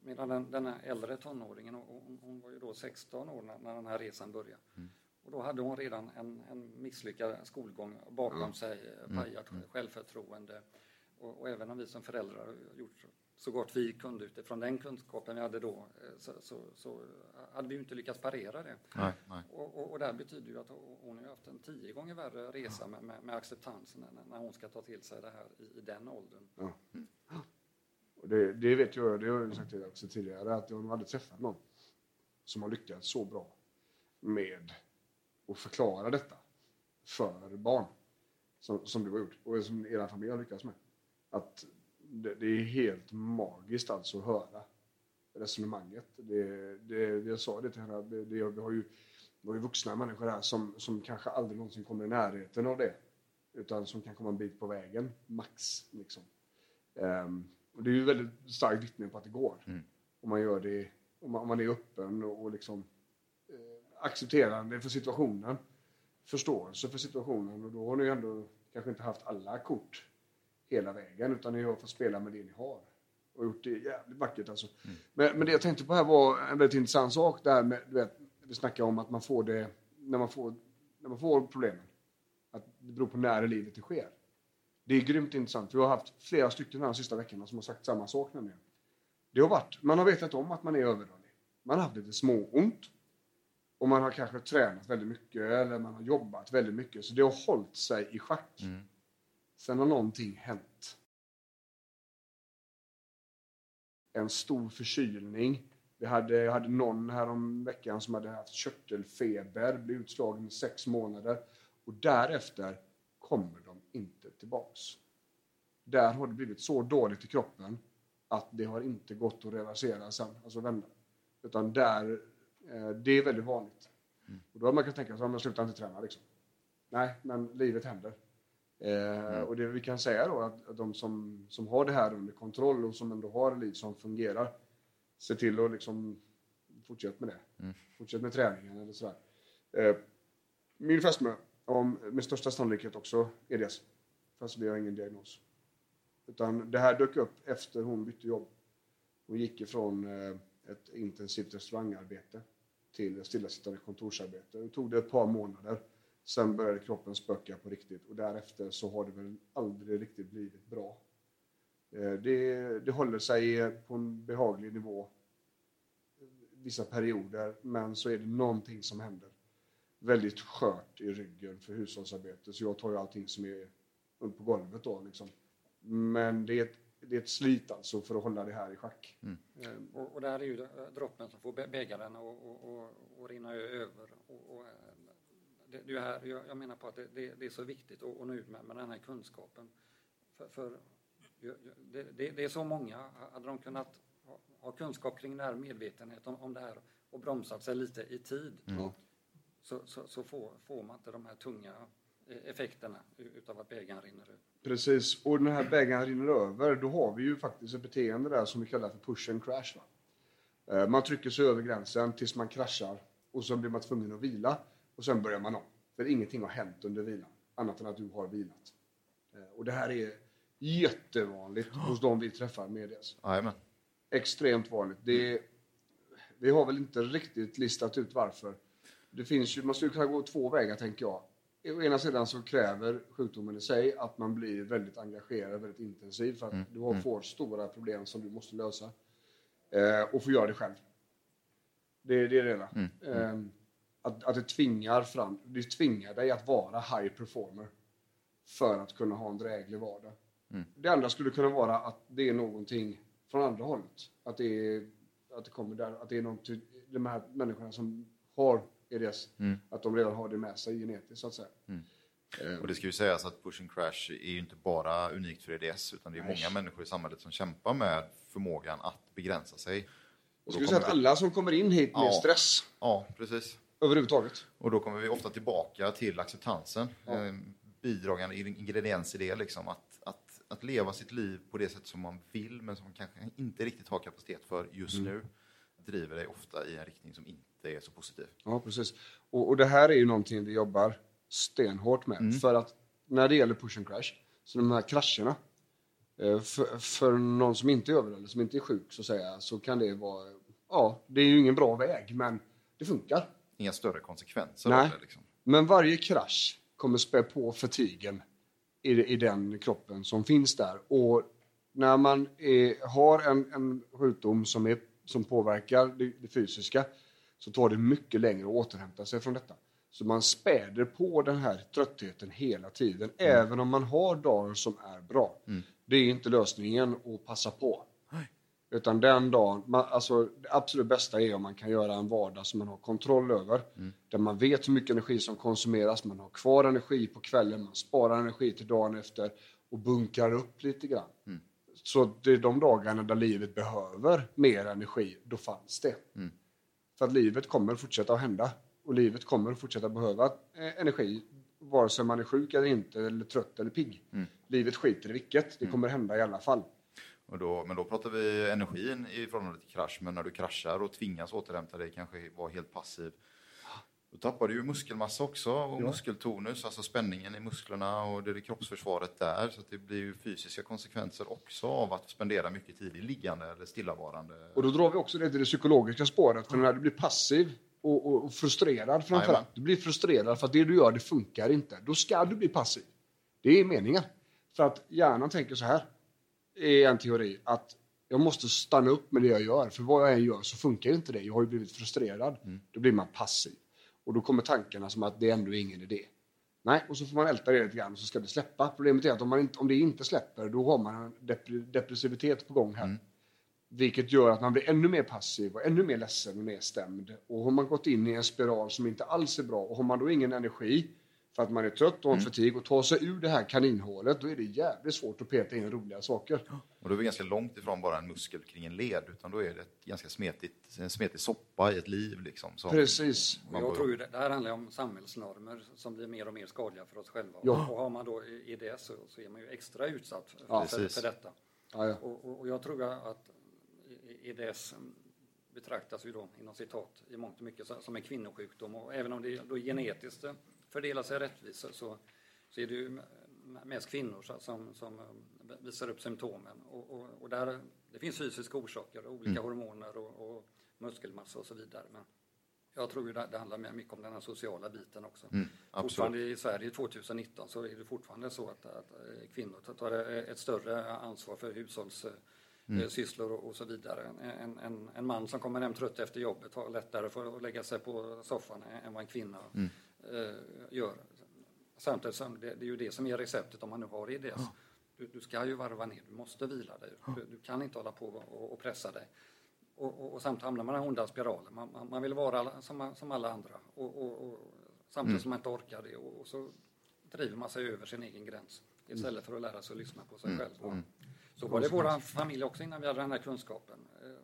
medan den, den här äldre tonåringen, och hon, hon var ju då sexton år när, när den här resan började. Mm. Och då hade hon redan en, en misslyckad skolgång bakom mm. sig, pajat mm. självförtroende. Och, och även om vi som föräldrar har gjort så gott vi kunde utifrån den kunskapen vi hade då, så, så, så hade vi ju inte lyckats parera det. Nej, nej. Och, och, och det betyder ju att hon har haft en tio gånger värre resa med, med, med acceptansen när, när hon ska ta till sig det här i, i den åldern. Ja. Mm. Och det, det vet jag, det har jag sagt till också tidigare, att hon hade träffat någon som har lyckats så bra med att förklara detta för barn som, som du har gjort och som era familj har lyckats med. Att det, det är helt magiskt alltså att höra resonemanget. Det, det, jag sa det till henne, det, det, vi har ju, vi har ju vuxna människor här som, som kanske aldrig någonsin kommer i närheten av det. Utan som kan komma en bit på vägen, max. Liksom. Um, och det är ju väldigt starkt vittne på att det går. Mm. Om man gör det, om man, om man är öppen och, och liksom eh, accepterande för situationen. Förståelse för situationen. Och då har ni ju ändå kanske inte haft alla kort hela vägen, utan ni har fått spela med det ni har. Och gjort det jävligt vackert alltså. Mm. Men, men det jag tänkte på här var en väldigt intressant sak där med, du vet, vi snackar om att man får det, när man får, när man får problemen. Att det beror på när i livet det sker. Det är grymt intressant. Vi har haft flera stycken de sista veckorna som har sagt samma sak nämligen. Det har varit, man har vetat om att man är överrörlig. Man har haft lite småont. Och man har kanske tränat väldigt mycket eller man har jobbat väldigt mycket. Så det har hållit sig i schack. Mm. Sen har någonting hänt. En stor förkylning. Vi hade, jag hade någon här om veckan som hade haft körtelfeber. Blev utslagen i sex månader. Och därefter kommer de inte tillbaks. Där har det blivit så dåligt i kroppen att det har inte gått att reversera sen. Alltså vända. Utan där, eh, det är väldigt vanligt. Mm. Och då har man kan tänka sig att man slutar inte träna liksom. Nej, men livet händer. Eh, mm. Och det vi kan säga då att, att de som, som har det här under kontroll och som ändå har ett liv som fungerar, se till att liksom fortsätta med det. Mm. Fortsätt med träningen eller sådär. Eh, min fästmö, om med största sannolikhet också E D S. Fast vi har ingen diagnos. Utan det här dök upp efter hon bytte jobb. Hon gick ifrån eh, ett intensivt restaurangarbete till stillasittande kontorsarbete. Det tog det ett par månader. Sen började kroppen spöka på riktigt. Och därefter så har det väl aldrig riktigt blivit bra. Eh, det, det håller sig på en behaglig nivå vissa perioder. Men så är det någonting som händer. Väldigt skört i ryggen för hushållsarbete. Så jag tar ju allting som är på golvet då liksom. Men det är ett, det är ett slit alltså för att hålla det här i schack. Mm. Mm. Och, och där är ju droppen som får bägaren och, och, och, och rinna över. Och, och, det, det är här, jag, jag menar på att det, det, det är så viktigt att, att nå ut med, med den här kunskapen. För, för det, det, det är så många, hade de kunnat ha, ha kunskap kring den här medvetenhet om, om det här och bromsat sig lite i tid. Mm. Så, så, så får, får man inte de här tunga effekterna utav att bägaren rinner över. Precis, och när den här bägaren rinner över, då har vi ju faktiskt ett beteende där som vi kallar för push and crash. Va? Man trycker sig över gränsen tills man kraschar och så blir man tvungen att vila och sen börjar man om. För ingenting har hänt under vilan, annat än att du har vilat. Och det här är jättevanligt hos de vi träffar med det. Amen. Extremt vanligt. Det är, vi har väl inte riktigt listat ut varför. Det finns ju, man skulle kunna gå två vägar tänker jag. Å ena sidan så kräver sjukdomen i sig att man blir väldigt engagerad, väldigt intensiv för att mm. du får stora problem som du måste lösa. Eh, och få göra det själv. Det, det är det ena. Mm. Eh, att, att det tvingar fram, det tvingar dig att vara high performer för att kunna ha en dräglig vardag. Mm. Det andra skulle kunna vara att det är någonting från andra hållet. Att det är, att det kommer där, att det är någonting, de här människorna som har E D S, mm. att de redan har det med sig genetiskt så att säga. Mm. Um, och det ska ju sägas att push and crash är ju inte bara unikt för E D S utan det är nej. många människor i samhället som kämpar med förmågan att begränsa sig. Jag skulle säga att alla som kommer in hit med ja, stress. Ja, precis. Överhuvudtaget. Och då kommer vi ofta tillbaka till acceptansen. Ja. En bidragande ingrediens i det liksom att, att, att leva sitt liv på det sätt som man vill men som man kanske inte riktigt har kapacitet för just mm. nu driver dig ofta i en riktning som inte är så positiv. Ja, precis. Och, och det här är ju någonting vi jobbar stenhårt med. Mm. För att när det gäller push and crash, så de här krascherna, För, för någon som inte är överväldigad, som inte är sjuk så att säga, så kan det vara, ja, det är ju ingen bra väg, men det funkar. Inga större konsekvenser. Nej, av det, liksom. Men varje krasch kommer spä på fatigen i, i den kroppen som finns där. Och när man är, har en, en sjukdom som, är, som påverkar det, det fysiska, så tar det mycket längre att återhämta sig från detta. Så man späder på den här tröttheten hela tiden, mm. även om man har dagar som är bra. Mm. Det är inte lösningen att passa på. Nej. Utan den dagen, man, alltså det absolut bästa är om man kan göra en vardag som man har kontroll över. Mm. Där man vet hur mycket energi som konsumeras, man har kvar energi på kvällen, man sparar energi till dagen efter och bunkrar upp lite grann. Mm. Så det är de dagarna där livet behöver mer energi, då fanns det. Mm. För att livet kommer fortsätta att hända. Och livet kommer att fortsätta behöva energi, vare sig man är sjuk eller inte, eller trött eller pigg. Mm. Livet skiter i vilket, det kommer hända i alla fall. Och då, men då pratar vi energin i förhållande till krasch, men när du kraschar och tvingas återhämta dig, kanske vara helt passiv, då tappar du ju muskelmassa också och ja. muskeltonus, alltså spänningen i musklerna och det är kroppsförsvaret där, så att det blir ju fysiska konsekvenser också av att spendera mycket tid i liggande eller stillavarande. Och då drar vi också det till det psykologiska spåret, för när du blir passiv och, och, och frustrerad framförallt, du blir frustrerad för att det du gör, det funkar inte, då ska du bli passiv. Det är meningen. För att hjärnan tänker så här, är en teori, att jag måste stanna upp med det jag gör, för vad jag än gör så funkar inte det, jag har ju blivit frustrerad. Mm. Då blir man passiv. Och då kommer tankarna som att det är ändå ingen idé. Nej, och så får man älta det lite grann och så ska det släppa. Problemet är att om, man inte, om det inte släpper, då har man en dep- depressivitet på gång här. Mm. Vilket gör att man blir ännu mer passiv och ännu mer ledsen och nedstämd. Och har man gått in i en spiral som inte alls är bra, och har man då ingen energi för att man är trött och har mm. fatig och tar sig ur det här kaninhålet, då är det jävligt svårt att peta in roliga saker. Och då är vi ganska långt ifrån bara en muskel kring en led, utan då är det ett ganska smetigt, en smetig soppa i ett liv. Liksom, som Precis. Jag bör... tror ju det, det här handlar om samhällsnormer som blir mer och mer skadliga för oss själva. Ja. Och har man då i det så, så är man ju extra utsatt för, ja, för, för detta. Ja, ja. Och, och, och jag tror att I D S betraktas ju då inom citat i mångt och mycket som en kvinnosjukdom, och även om det då genetiskt fördelar sig rättvist så, så är det ju mest kvinnor som, som visar upp symptomen, och, och, och där, det finns fysiska orsaker, olika mm. hormoner och, och muskelmassa och så vidare, men jag tror ju det, det handlar mycket om den här sociala biten också. Mm, fortfarande i Sverige tjugonitton så är det fortfarande så att, att kvinnor tar ett större ansvar för hushålls Mm. sysslor och, och så vidare. En, en, en man som kommer hem trött efter jobbet har lättare för att lägga sig på soffan än vad en kvinna mm. eh, gör. Samtidigt som det, det är ju det som är receptet om man nu har I D S. Oh. Du, du ska ju varva ner, du måste vila dig. Oh. Du, du kan inte hålla på och, och pressa dig. Och, och, och samtidigt hamnar man i den onda spiralen. Man, man, man vill vara som, som alla andra. Och, och, och samtidigt mm. som man inte orkar det. Och, och så driver man sig över sin egen gräns. Istället mm. för att lära sig att lyssna på sig mm. själv. Mm. Så var det vår familj också innan vi hade den här kunskapen.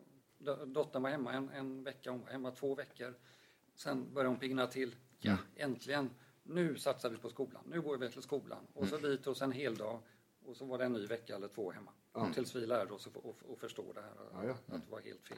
Dottern var hemma en, en vecka, hon var hemma två veckor. Sen började hon pigna till. Ja, äntligen. Nu satsar vi på skolan. Nu går vi till skolan. Och så dit oss en hel dag. Och så var det en ny vecka eller två hemma. Mm. Tills vi lärde oss att förstå det här. Ja, ja. Att det var helt fel.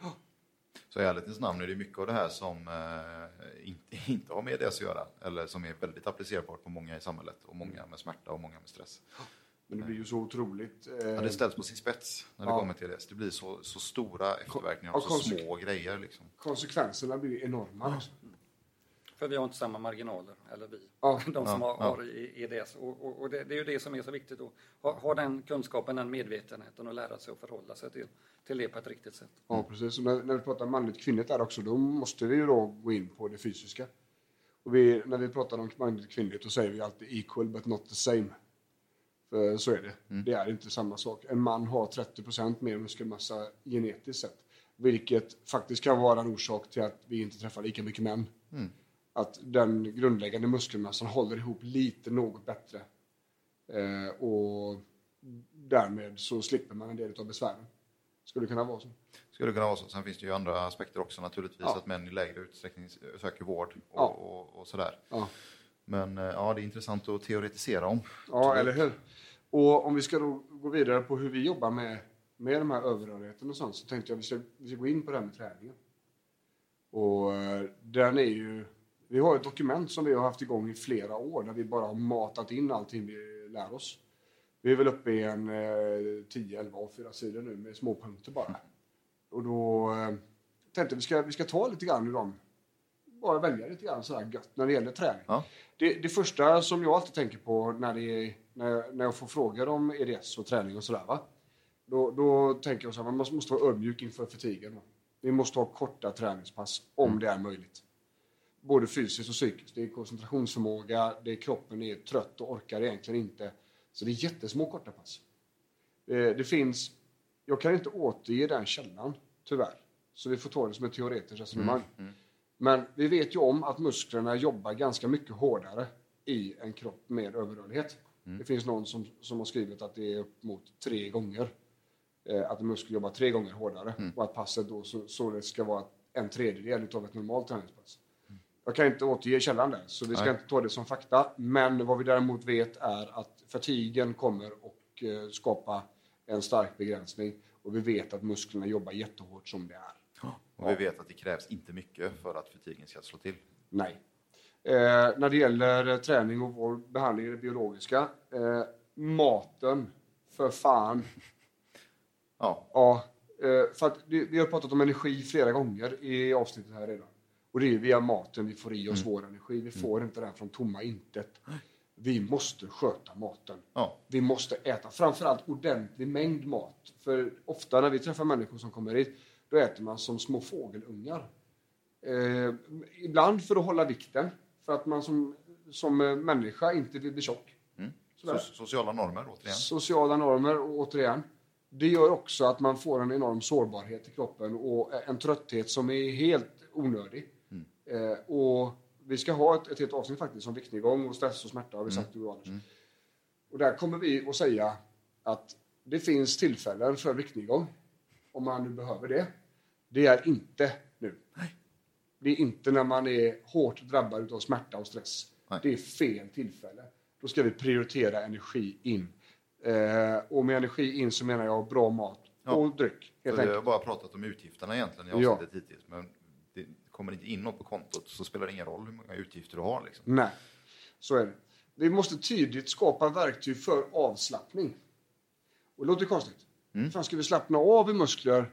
Så i ärlighetens namn är det mycket av det här som eh, inte, inte har med det att göra. Eller som är väldigt applicerbart på många i samhället. Och många med smärta och många med stress. Men det blir ju så otroligt... Eh... Ja, det ställs på sin spets när det ja. kommer till det. Det blir så, så stora efterverkningar av så konse- små grejer. Liksom. Konsekvenserna blir enorma. Ja. Mm. För vi har inte samma marginaler, eller vi. Ja. De som ja. har, har I D S. Och, och, och det, det är ju det som är så viktigt. Att ha, ha den kunskapen, den medvetenheten och lära sig att förhålla sig till, till det på ett riktigt sätt. Ja, precis. Och när, när vi pratar manligt kvinnligt där också, då måste vi ju då gå in på det fysiska. Och vi, när vi pratar om manligt kvinnligt, då säger vi alltid equal but not the same. Så är det. Mm. Det är inte samma sak. En man har trettio procent mer muskelmassa genetiskt sett. Vilket faktiskt kan vara en orsak till att vi inte träffar lika mycket män. Mm. Att den grundläggande muskelmassan håller ihop lite något bättre. Eh, och därmed så slipper man en del av besvären. Skulle det kunna vara så? Skulle det kunna vara så. Sen finns det ju andra aspekter också naturligtvis. Ja. Att män i lägre utsträckning söker vård och, ja. och, och sådär. Ja. Men ja, det är intressant att teoretisera om. Ja, eller hur? Och om vi ska då gå vidare på hur vi jobbar med, med de här överrörligheten och sånt, så tänkte jag att vi ska, vi ska gå in på det här med träningen. Och den är ju... Vi har ett dokument som vi har haft igång i flera år där vi bara har matat in allting vi lär oss. Vi är väl uppe i en eh, tio elva A fyra sidor nu med små punkter bara. Och då eh, tänkte vi ska, vi ska ta lite grann ur dem. Bara välja lite grann sådär gött när det gäller träning. Ja. Det, det första som jag alltid tänker på när, det är, när, när jag får frågor om E D S och träning och sådär va. Då, då tänker jag så här, man måste, måste vara ödmjuk inför fatigen. Vi måste ha korta träningspass om mm. det är möjligt. Både fysiskt och psykiskt. Det är koncentrationsförmåga, det är kroppen är trött och orkar egentligen inte. Så det är jättesmå korta pass. Det, det finns, jag kan inte återge den källan, tyvärr. Så vi får ta det som ett teoretiskt resonemang. Mm. Mm. Men vi vet ju om att musklerna jobbar ganska mycket hårdare i en kropp med överrörlighet. Mm. Det finns någon som, som har skrivit att det är upp mot tre gånger. Eh, att en muskel jobbar tre gånger hårdare. Mm. Och att passet då så, så det ska vara en tredjedel av ett normalt träningspass. Mm. Jag kan inte återge källan där, så vi ska Nej. inte ta det som fakta. Men vad vi däremot vet är att fatigen kommer att eh, skapa en stark begränsning. Och vi vet att musklerna jobbar jättehårt som det är. Och vi vet att det krävs inte mycket för att fatigen ska slå till. Nej. Eh, när det gäller träning och vår behandling i det biologiska. Eh, maten, för fan. Ja. Ja eh, för att det, vi har pratat om energi flera gånger i avsnittet här redan. Och det är via maten vi får i oss mm. vår energi. Vi får mm. inte den från tomma intet. Vi måste sköta maten. Ja. Vi måste äta framförallt ordentlig mängd mat. För ofta när vi träffar människor som kommer hit, då äter man som små fågelungar. Eh, ibland för att hålla vikten. För att man som, som människa inte vill bli tjock. Mm. So- sociala normer återigen. Sociala normer återigen. Det gör också att man får en enorm sårbarhet i kroppen. Och en trötthet som är helt onödig. Mm. Eh, och vi ska ha ett, ett helt avsnitt faktiskt om viktnedgång och stress och smärta. Har vi sagt mm. mm. Och där kommer vi att säga att det finns tillfällen för viktnedgång. Om man nu behöver det. Det är inte nu. Nej. Det är inte när man är hårt drabbad av smärta och stress. Nej. Det är fel tillfälle. Då ska vi prioritera energi in. Eh, och med energi in så menar jag bra mat ja. och dryck. Helt enkelt. Jag har bara pratat om utgifterna egentligen i avsnittet ja. hittills. Men det kommer inte in något på kontot så spelar det ingen roll hur många utgifter du har. Liksom. Nej, så är det. Vi måste tydligt skapa verktyg för avslappning. Och det låter konstigt. Mm. Fan, ska vi slappna av i muskler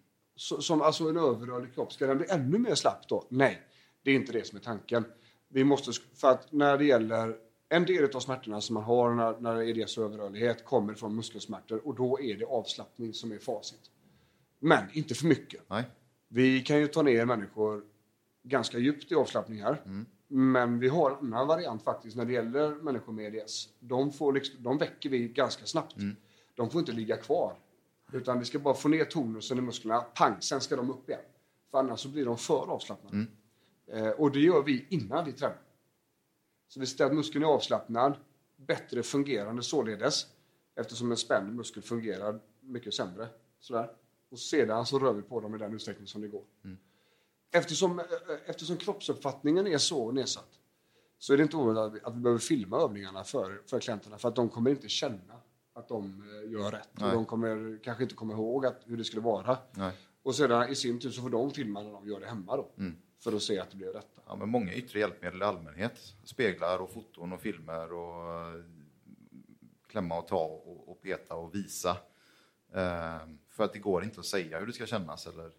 som alltså en överrörlig kropp? Ska den bli ännu mer slapp då? Nej, det är inte det som är tanken. Vi måste, för att när det gäller en del av smärtorna som man har när, när E D S och överrörlighet kommer från muskelsmärtor och då är det avslappning som är facit. Men inte för mycket. Nej. Vi kan ju ta ner människor ganska djupt i avslappning här. Mm. Men vi har en annan variant faktiskt när det gäller människor med E D S. De, får liksom, de väcker vi ganska snabbt. Mm. De får inte ligga kvar. Utan vi ska bara få ner tonusen i musklerna. Pang, sen ska de upp igen. För annars så blir de för avslappnade. Mm. Eh, och det gör vi innan vi tränar. Så vi ser att muskeln är avslappnad. Bättre fungerande således. Eftersom en spänd muskel fungerar mycket sämre. Sådär. Och sedan så rör vi på dem i den utsträckning som det går. Mm. Eftersom, eftersom kroppsuppfattningen är så nedsatt. Så är det inte ovanligt att vi, att vi behöver filma övningarna för, för klienterna. För att de kommer inte känna att de gör rätt. Nej. Och de kommer kanske inte komma ihåg att, hur det skulle vara. Nej. Och sedan i sin tur så får de filma när de gör det hemma då. Mm. För att se att det blir rätt. Ja, men många yttre hjälpmedel i allmänhet. Speglar och foton och filmer och klämma och ta och, och peta och visa. Eh, för att det går inte att säga hur det ska kännas eller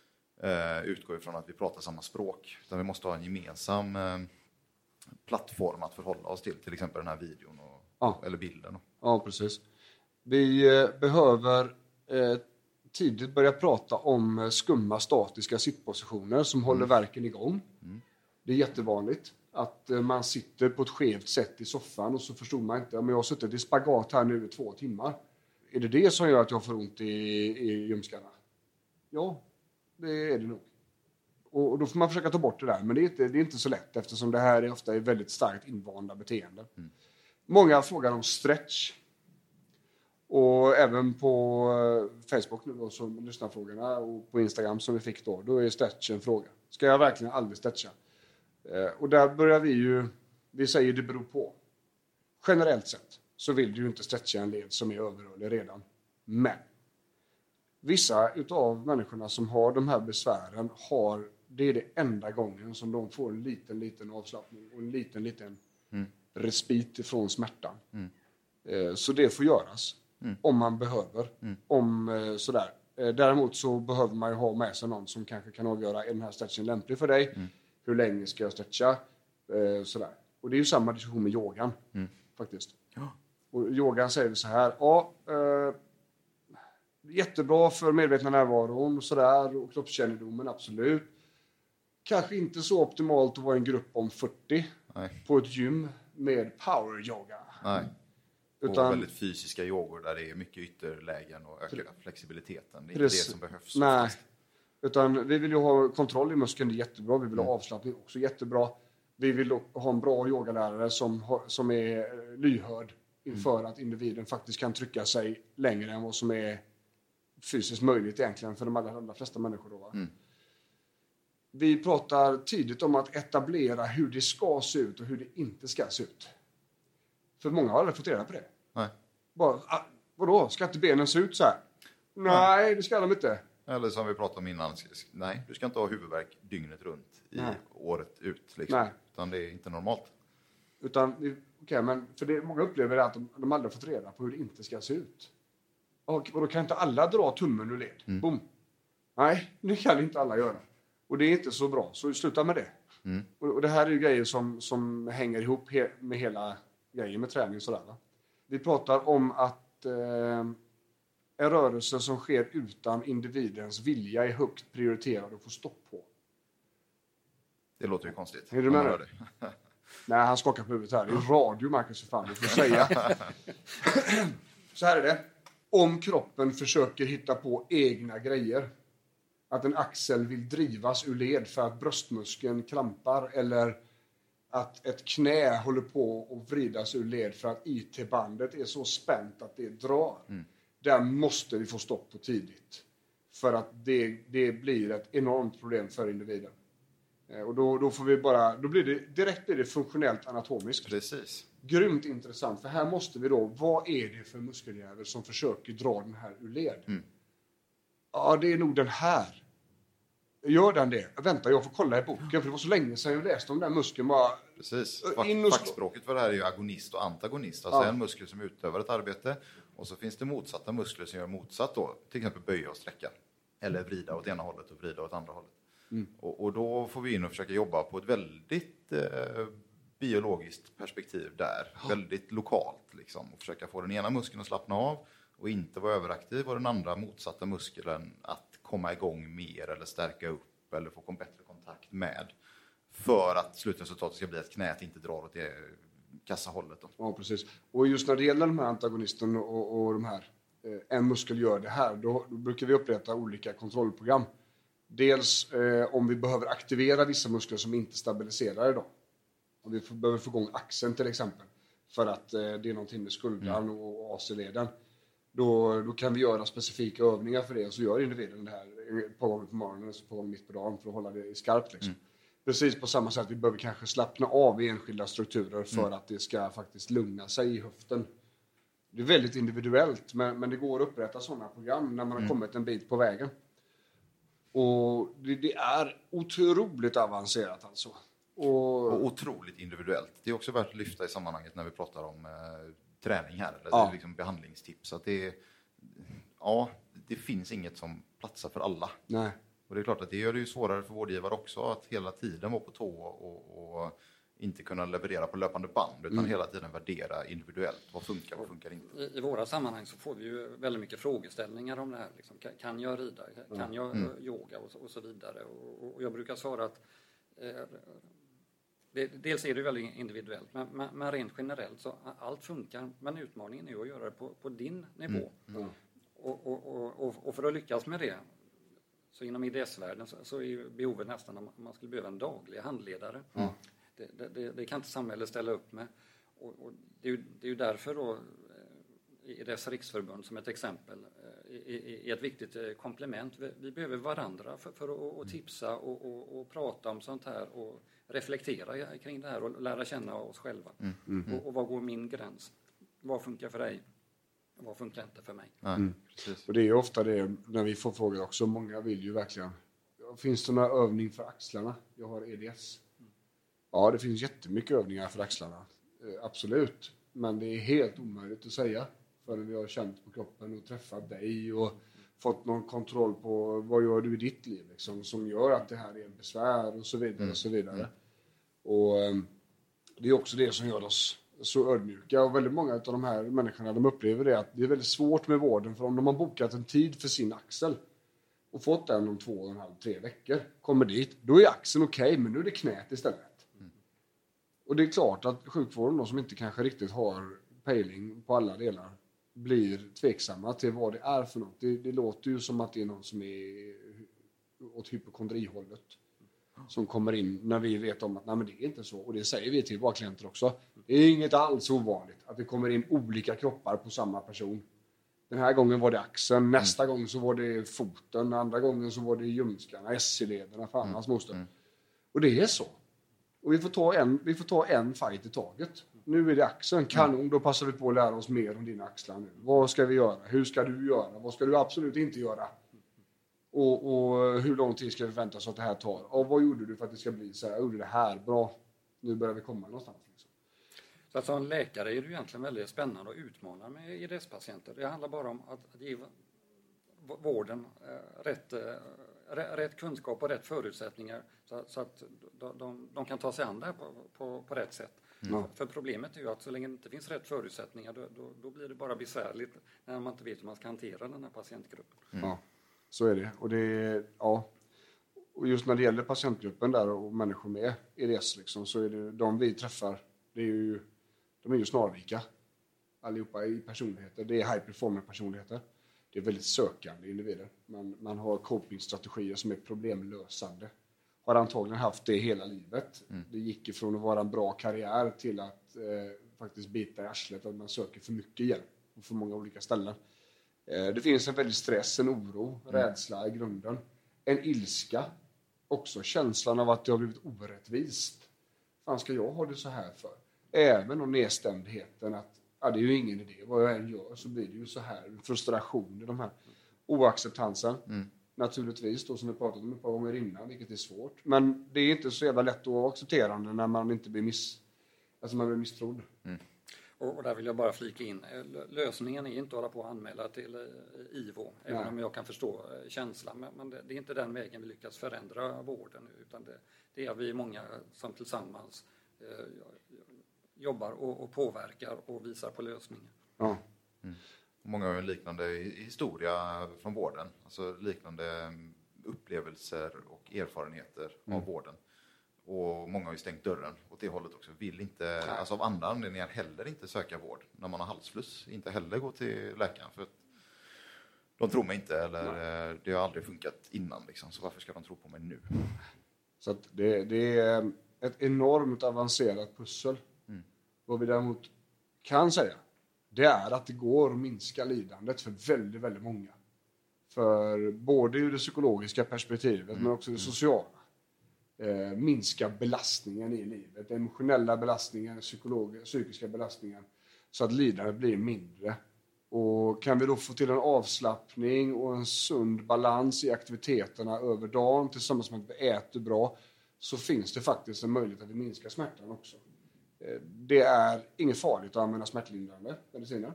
eh, utgå ifrån att vi pratar samma språk. Utan vi måste ha en gemensam eh, plattform att förhålla oss till. Till exempel den här videon och, ja. eller bilden. Ja, precis. Vi eh, behöver eh, tidigt börja prata om skumma statiska sittpositioner som mm. håller verken igång. Mm. Det är jättevanligt att eh, man sitter på ett skevt sätt i soffan och så förstår man inte. Men jag har suttit i spagat här nu i två timmar. Är det det som gör att jag får ont i, i ljumskarna? Ja, det är det nog. Och, och då får man försöka ta bort det där. Men det är inte, det är inte så lätt eftersom det här är ofta är väldigt starkt invanda beteenden. Mm. Många frågar om stretch. Och även på Facebook nu då, som lyssnar frågorna och på Instagram som vi fick då. Då är stretch en fråga. Ska jag verkligen aldrig stretcha? Eh, och där börjar vi ju, vi säger det beror på. Generellt sett så vill du ju inte stretcha en led som är överrörlig redan. Men vissa utav människorna som har de här besvären har, det är det enda gången som de får en liten, liten avslappning och en liten, liten mm. respit ifrån smärtan. Mm. Eh, så det får göras. Mm. Om man behöver. Mm. Om eh, sådär. Eh, däremot så behöver man ju ha med sig någon som kanske kan avgöra, är den här stretchen lämplig för dig? Mm. Hur länge ska jag stretcha? Eh, sådär. Och det är ju samma diskussion med yogan. Mm. Faktiskt. Ja. Och yogan säger så här. Ja, eh, jättebra för medvetna närvaron och sådär. Och kroppskännedomen, absolut. Kanske inte så optimalt att vara en grupp om fyrtio. Nej. På ett gym med power yoga. Nej. Utan, och väldigt fysiska yogor där det är mycket ytterlägen och ökar flexibiliteten. Det är precis, inte det som behövs. Nej. Utan vi vill ju ha kontroll i muskeln, det är jättebra. Vi vill mm. ha avslappning, också jättebra. Vi vill ha en bra yogalärare som, som är lyhörd inför mm. att individen faktiskt kan trycka sig längre än vad som är fysiskt möjligt egentligen för de allra, allra flesta människor. Då, va? Mm. Vi pratar tidigt om att etablera hur det ska se ut och hur det inte ska se ut. För många har aldrig fått reda på det. Nej. Bara, ah, vadå? Ska inte benen se ut så här? Nej, Nej, det ska de inte. Eller som vi pratade om innan. Nej, du ska inte ha huvudvärk dygnet runt i Nej. året ut. Liksom. Nej. Utan det är inte normalt. Utan, okej, okay, men för det många upplever att de, de aldrig har fått reda på hur det inte ska se ut. Och, och då kan inte alla dra tummen ur led. Mm. Boom. Nej, det kan inte alla göra. Och det är inte så bra, så sluta med det. Mm. Och, och det här är ju grejer som, som hänger ihop he, med hela grejen med träning och sådär. Va? Vi pratar om att eh, en rörelse som sker utan individens vilja är högt prioriterad att få stopp på. Det låter ju konstigt. Är du med det? Nej, han skakar på huvudet här. Det är radio, Marcus, för fan, du får säga. Så här är det. Om kroppen försöker hitta på egna grejer. Att en axel vill drivas ur led för att bröstmuskeln krampar. Eller att ett knä håller på att vridas ur led för att I T-bandet är så spänt att det drar. Mm. Där måste vi få stopp på tidigt. För att det, det blir ett enormt problem för individen. Och då, då får vi bara, då blir det, direkt blir det funktionellt anatomiskt. Precis. Grymt intressant. För här måste vi då, vad är det för muskeljävel som försöker dra den här ur led? Mm. Ja, det är nog den här. Gör den det? Vänta, jag får kolla i boken. För det var så länge sedan jag läste om den muskeln. Bara precis. In och fackspråket för det här är ju agonist och antagonist. Alltså ja. En muskel som utövar ett arbete. Och så finns det motsatta muskler som gör motsatt då. Till exempel böja och sträcka. Eller vrida åt ena hållet och vrida åt andra hållet. Mm. Och, och då får vi in och försöka jobba på ett väldigt eh, biologiskt perspektiv där. Ja. Väldigt lokalt liksom. Och försöka få den ena muskeln att slappna av. Och inte vara överaktiv. Och den andra motsatta muskeln att komma igång mer eller stärka upp. Eller få bättre kontakt med. För att slutresultatet ska bli att knät inte drar åt det kassahållet. Då. Ja, precis. Och just när det gäller de här antagonisten och, och de här. Eh, en muskel gör det här. Då, då brukar vi upprätta olika kontrollprogram. Dels eh, om vi behöver aktivera vissa muskler som inte stabiliserar idag. Om vi får, behöver få igång axeln till exempel. För att eh, det är någonting med skuldan mm. och A C-leden. Då, då kan vi göra specifika övningar för det. Och så gör individen det här ett par gånger på morgonen och ett par gånger mitt på dagen. För att hålla det skarpt liksom. Mm. Precis på samma sätt. Vi behöver kanske slappna av i enskilda strukturer. För mm. att det ska faktiskt lugna sig i höften. Det är väldigt individuellt. Men, men det går att upprätta sådana program när man har mm. kommit en bit på vägen. Och det, det är otroligt avancerat alltså. Och, och otroligt individuellt. Det är också värt att lyfta i sammanhanget när vi pratar om eh, träning här. Eller ja. liksom behandlingstips. Att det, ja, det finns inget som platsar för alla. Nej. Och det är klart att det gör det ju svårare för vårdgivare också. Att hela tiden vara på tå och, och inte kunna leverera på löpande band. Utan mm. hela tiden värdera individuellt. Vad funkar, vad funkar inte. I, I våra sammanhang så får vi ju väldigt mycket frågeställningar om det här. Liksom, kan, kan jag rida? Kan mm. jag mm. yoga? Och, och så vidare. Och, och jag brukar svara att eh, det, dels är det väldigt individuellt. Men, men, men rent generellt så allt funkar. Men utmaningen är att göra det på, på din nivå. Mm. Mm. Och, och, och, och, och för att lyckas med det. Så inom I D S-världen så, så är behovet nästan om man skulle behöva en daglig handledare. Mm. Det, det, det kan inte samhället ställa upp med. Och, och det, är ju, det är ju därför då i dess riksförbund som ett exempel är ett viktigt komplement. Vi, vi behöver varandra för, för att och tipsa och, och, och prata om sånt här och reflektera kring det här och lära känna oss själva. Mm. Mm. Och, och vad går min gräns? Vad funkar för dig? Vad funkar inte för mig? Mm. Och det är ju ofta det när vi får frågor också. Många vill ju verkligen. Finns det några övning för axlarna? Jag har E D S. Ja, det finns jättemycket övningar för axlarna. Eh, absolut. Men det är helt omöjligt att säga förrän vi har känt på kroppen och träffat dig och fått någon kontroll på vad gör du i ditt liv liksom, som gör att det här är en besvär och så vidare mm. och så vidare. Mm. Och um, det är också det som gör oss så ödmjuka, och väldigt många av de här människorna, de upplever det att det är väldigt svårt med vården, för om de har bokat en tid för sin axel och fått den om två och en halv, tre veckor, kommer dit, då är axeln okej, okay, men nu är det knät istället. Mm. Och det är klart att sjukvården då, som inte kanske riktigt har pejling på alla delar, blir tveksamma till vad det är för något. Det, det låter ju som att det är någon som är åt hypokondrihållet som kommer in när vi vet om att nej, men det är inte så. Och det säger vi till våra klienter också. Det är inget alls ovanligt att det kommer in olika kroppar på samma person. Den här gången var det axeln, nästa mm. gång så var det foten, andra gången så var det ljumskarna, S C-lederna, fan hans mm. moster. Mm. Och det är så. Och vi får ta en, vi får ta en fight i taget. Nu är det axeln, kanon, då passar vi på att lära oss mer om dina axlar nu. Vad ska vi göra? Hur ska du göra? Vad ska du absolut inte göra? Och, och hur lång tid ska vi vänta så att det här tar? Och vad gjorde du för att det ska bli så här? Jag gjorde det här, bra. Nu börjar vi komma någonstans. Liksom. Så att som läkare är det egentligen väldigt spännande och utmanande med I D S-patienter. Det handlar bara om att, att ge vården äh, rätt, äh, rätt kunskap och rätt förutsättningar så, så att de, de, de kan ta sig an det här på, på, på rätt sätt. Mm. För problemet är ju att så länge det inte finns rätt förutsättningar då, då, då blir det bara besvärligt när man inte vet hur man ska hantera den här patientgruppen. Mm. Ja, så är det. Och det är, ja. Och just när det gäller patientgruppen där och människor med I D S liksom, så är det de vi träffar, det är ju, de är ju snarlika allihopa i personligheter. Det är high performer personligheter. Det är väldigt sökande individer. Man, man har copingstrategier som är problemlösande. Har antagligen haft det hela livet. Mm. Det gick ifrån att vara en bra karriär till att eh, faktiskt bita i arslet, att man söker för mycket hjälp på för många olika ställen. Eh, det finns en väldigt stress, en oro, mm. rädsla i grunden. En ilska. Också känslan av att det har blivit orättvist. Fan ska jag ha det så här för? Även om nedstämdheten att ja, det är ju ingen idé. Vad jag än gör så blir det ju så här. Frustration, de här oacceptansen. Mm. Naturligtvis då, som vi pratat om ett par gånger innan, vilket är svårt. Men det är inte så jävla lätt att vara accepterande när man inte blir miss, alltså man blir misstrodd. Mm. Och, och där vill jag bara flika in. Lösningen är inte att hålla på att anmäla till eh, I V O. Även Nej. om jag kan förstå eh, känslan. Men, men det, det är inte den vägen vi lyckas förändra vården. Utan det, det är vi många som tillsammans eh, jobbar och, och påverkar och visar på lösningar. Ja. Mm. Många har en liknande historia från vården. Alltså liknande upplevelser och erfarenheter mm. av vården. Och många har ju stängt dörren åt det hållet också. Vill inte, Nej. alltså av andra anledningar heller inte söka vård när man har halsfluss. Inte heller gå till läkaren för att de tror mig inte eller Nej. det har aldrig funkat innan. Liksom. Så varför ska de tro på mig nu? Så att det, det är ett enormt avancerat pussel. Mm. Vad vi däremot kan säga, det är att det går att minska lidandet för väldigt, väldigt många. För både ur det psykologiska perspektivet mm. men också det sociala. Eh, minska belastningen i livet. Emotionella belastningen, psykiska belastningen. Så att lidandet blir mindre. Och kan vi då få till en avslappning och en sund balans i aktiviteterna över dagen tillsammans med att vi äter bra, så finns det faktiskt en möjlighet att vi minskar smärtan också. Det är inget farligt att använda smärtlindrande mediciner.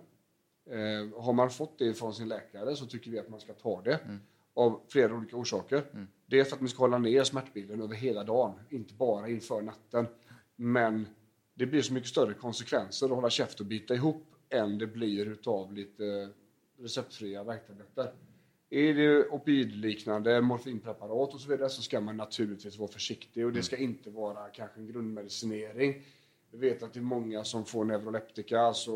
Eh, har man fått det från sin läkare så tycker vi att man ska ta det. Mm. Av flera olika orsaker. Mm. Det är för att man ska hålla ner smärtbilden över hela dagen. Inte bara inför natten. Men det blir så mycket större konsekvenser att hålla käft och bita ihop än det blir utav lite receptfria värktabletter. Är det opioidliknande morfinpreparat och så vidare så ska man naturligtvis vara försiktig. Och det ska inte vara kanske en grundmedicinering. Vi vet att det är många som får neuroleptika, alltså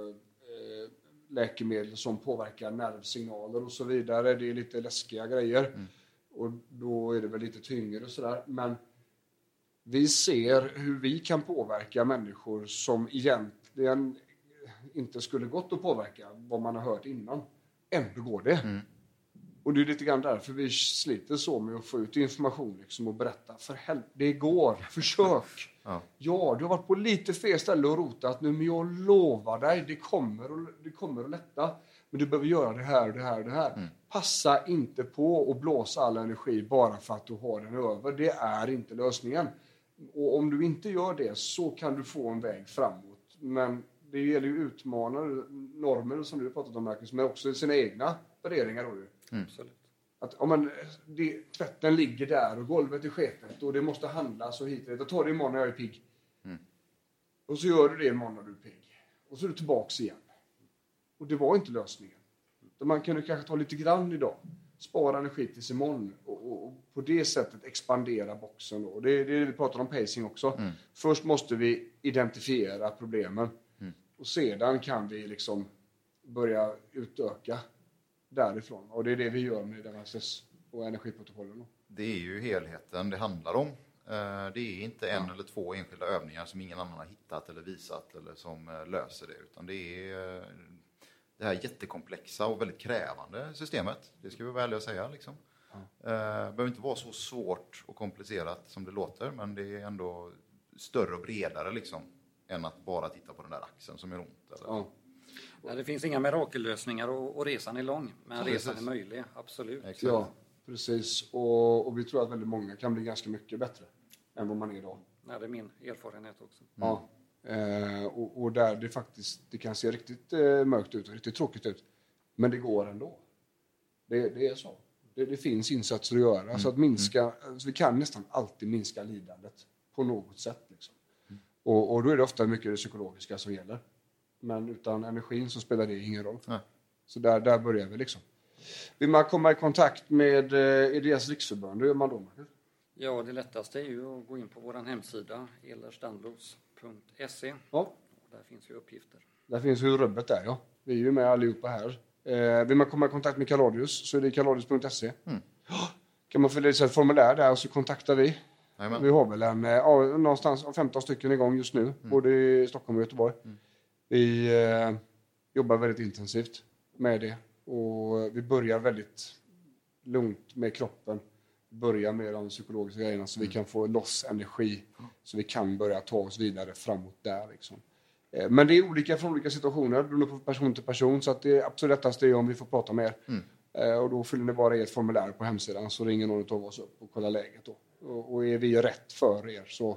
eh, läkemedel som påverkar nervsignaler och så vidare. Det är lite läskiga grejer. Mm. Och då är det väl lite tyngre och sådär. Men vi ser hur vi kan påverka människor som egentligen inte skulle gått att påverka vad man har hört innan. Ändå går det. Mm. Och det är lite grann därför vi sliter så med att få ut information liksom, och berätta. För helvete, det går. Försök. Ja. ja, du har varit på lite fel ställe och rotat nu, men jag lovar dig, det kommer, att, det kommer att lätta. Men du behöver göra det här, det här, det här. Mm. Passa inte på att blåsa all energi bara för att du har den över. Det är inte lösningen. Och om du inte gör det så kan du få en väg framåt. Men det gäller ju utmanar normer som du pratat om, Marcus, men också sina egna värderingar då ju. Mm. Absolut. Att om man, det, tvätten ligger där och golvet är skepet och det måste handlas och hit och dit. Jag tar det imorgon när jag är pigg. Mm. Och så gör du det imorgon när du är pigg. Och så är du tillbaks igen. Och det var inte lösningen. Man kunde kanske ta lite grann idag. Spara energi tills imorgon. Och, och, och på det sättet expandera boxen. Då. Och det är det vi pratar om pacing också. Mm. Först måste vi identifiera problemen. Mm. Och sedan kan vi liksom börja utöka därifrån. Och det är det vi gör med D M S S och energiprotokollen. Det är ju helheten det handlar om. Det är inte en ja. eller två enskilda övningar som ingen annan har hittat eller visat eller som löser det. Utan det är det här jättekomplexa och väldigt krävande systemet. Det ska vi väl ärliga säga. Liksom. Ja. Det behöver inte vara så svårt och komplicerat som det låter. Men det är ändå större och bredare liksom, än att bara titta på den där axeln som är ont. Eller? Ja. Ja, det finns inga mirakellösningar och, och resan är lång. Men ja, resan precis. är möjlig, absolut. Exakt. Ja, precis. Och, och vi tror att väldigt många kan bli ganska mycket bättre än vad man är idag. Ja, det är min erfarenhet också. Mm. Ja. Eh, och, och där det faktiskt det kan se riktigt eh, mörkt ut och riktigt tråkigt ut. Men det går ändå. Det, det är så. Det, det finns insatser att göra. Mm. Så att minska, mm. alltså vi kan nästan alltid minska lidandet på något sätt. Liksom. Mm. Och, och då är det ofta mycket det psykologiska som gäller. Men utan energin så spelar det ingen roll. Mm. Så där, där börjar vi liksom. Vill man komma i kontakt med eh, I D S riksförbund, hur gör man då? Ja, det lättaste är ju att gå in på vår hemsida ellerstandlos punkt se. Ja. Där finns ju uppgifter. Där finns hur rubbet är, ja. Vi är ju med allihopa här. Eh, vill man komma i kontakt med Kaladius så är det kaladius punkt se. Mm. Kan man fylla i ett formulär där och så kontaktar vi. Amen. Vi har väl en, ja, någonstans femton stycken igång just nu. Mm. Både i Stockholm och Göteborg. Mm. Vi eh, jobbar väldigt intensivt med det. Och vi börjar väldigt lugnt med kroppen. Börja med de psykologiska grejerna så mm. vi kan få loss energi. Mm. Så vi kan börja ta oss vidare framåt där. Liksom. Eh, men det är olika från olika situationer. Beroende på person till person. Så att det absolut lättaste är om vi får prata med er. Mm. Eh, och då fyller ni bara i ett formulär på hemsidan. Så ringer någon av oss upp och kollar läget då. Och, och är vi rätt för er så,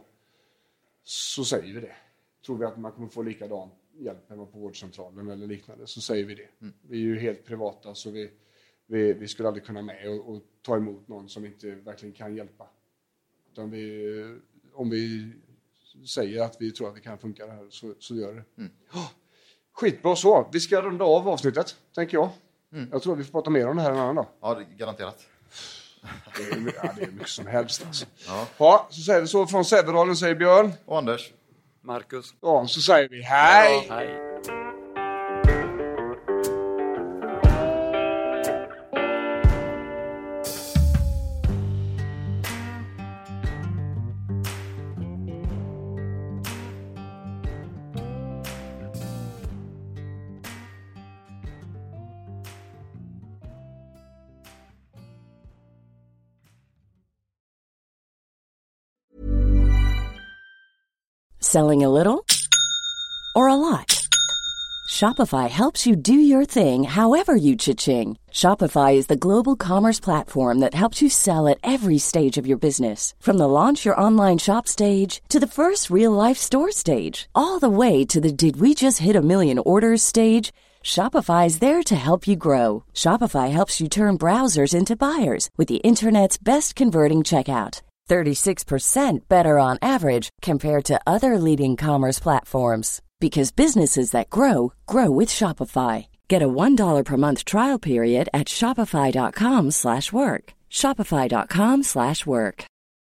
så säger vi det. Tror vi att man kommer få likadant hjälp hemma på vårdcentralen eller liknande så säger vi det. Mm. Vi är ju helt privata så vi, vi, vi skulle aldrig kunna med och, och ta emot någon som inte verkligen kan hjälpa. Utan vi, om vi säger att vi tror att det kan funka det här så, så gör det. Mm. Oh, skitbra så. Vi ska runda av avsnittet, tänker jag. Mm. Jag tror att vi får prata mer om det här en annan dag. Ja, det är garanterat. Det är, ja, det är mycket som helst. Alltså. Ja. Ja, så säger vi så från Sävedalen säger Björn. Och Anders. Marcus. Ja, så säger vi hej! Ja, hej. Selling a little or a lot? Shopify helps you do your thing however you cha-ching. Shopify is the global commerce platform that helps you sell at every stage of your business. From the launch your online shop stage to the first real-life store stage, all the way to the did we just hit a million orders stage. Shopify is there to help you grow. Shopify helps you turn browsers into buyers with the internet's best converting checkout. thirty-six percent better on average compared to other leading commerce platforms. Because businesses that grow, grow with Shopify. Get a one dollar per month trial period at shopify.com slash work. Shopify.com slash work.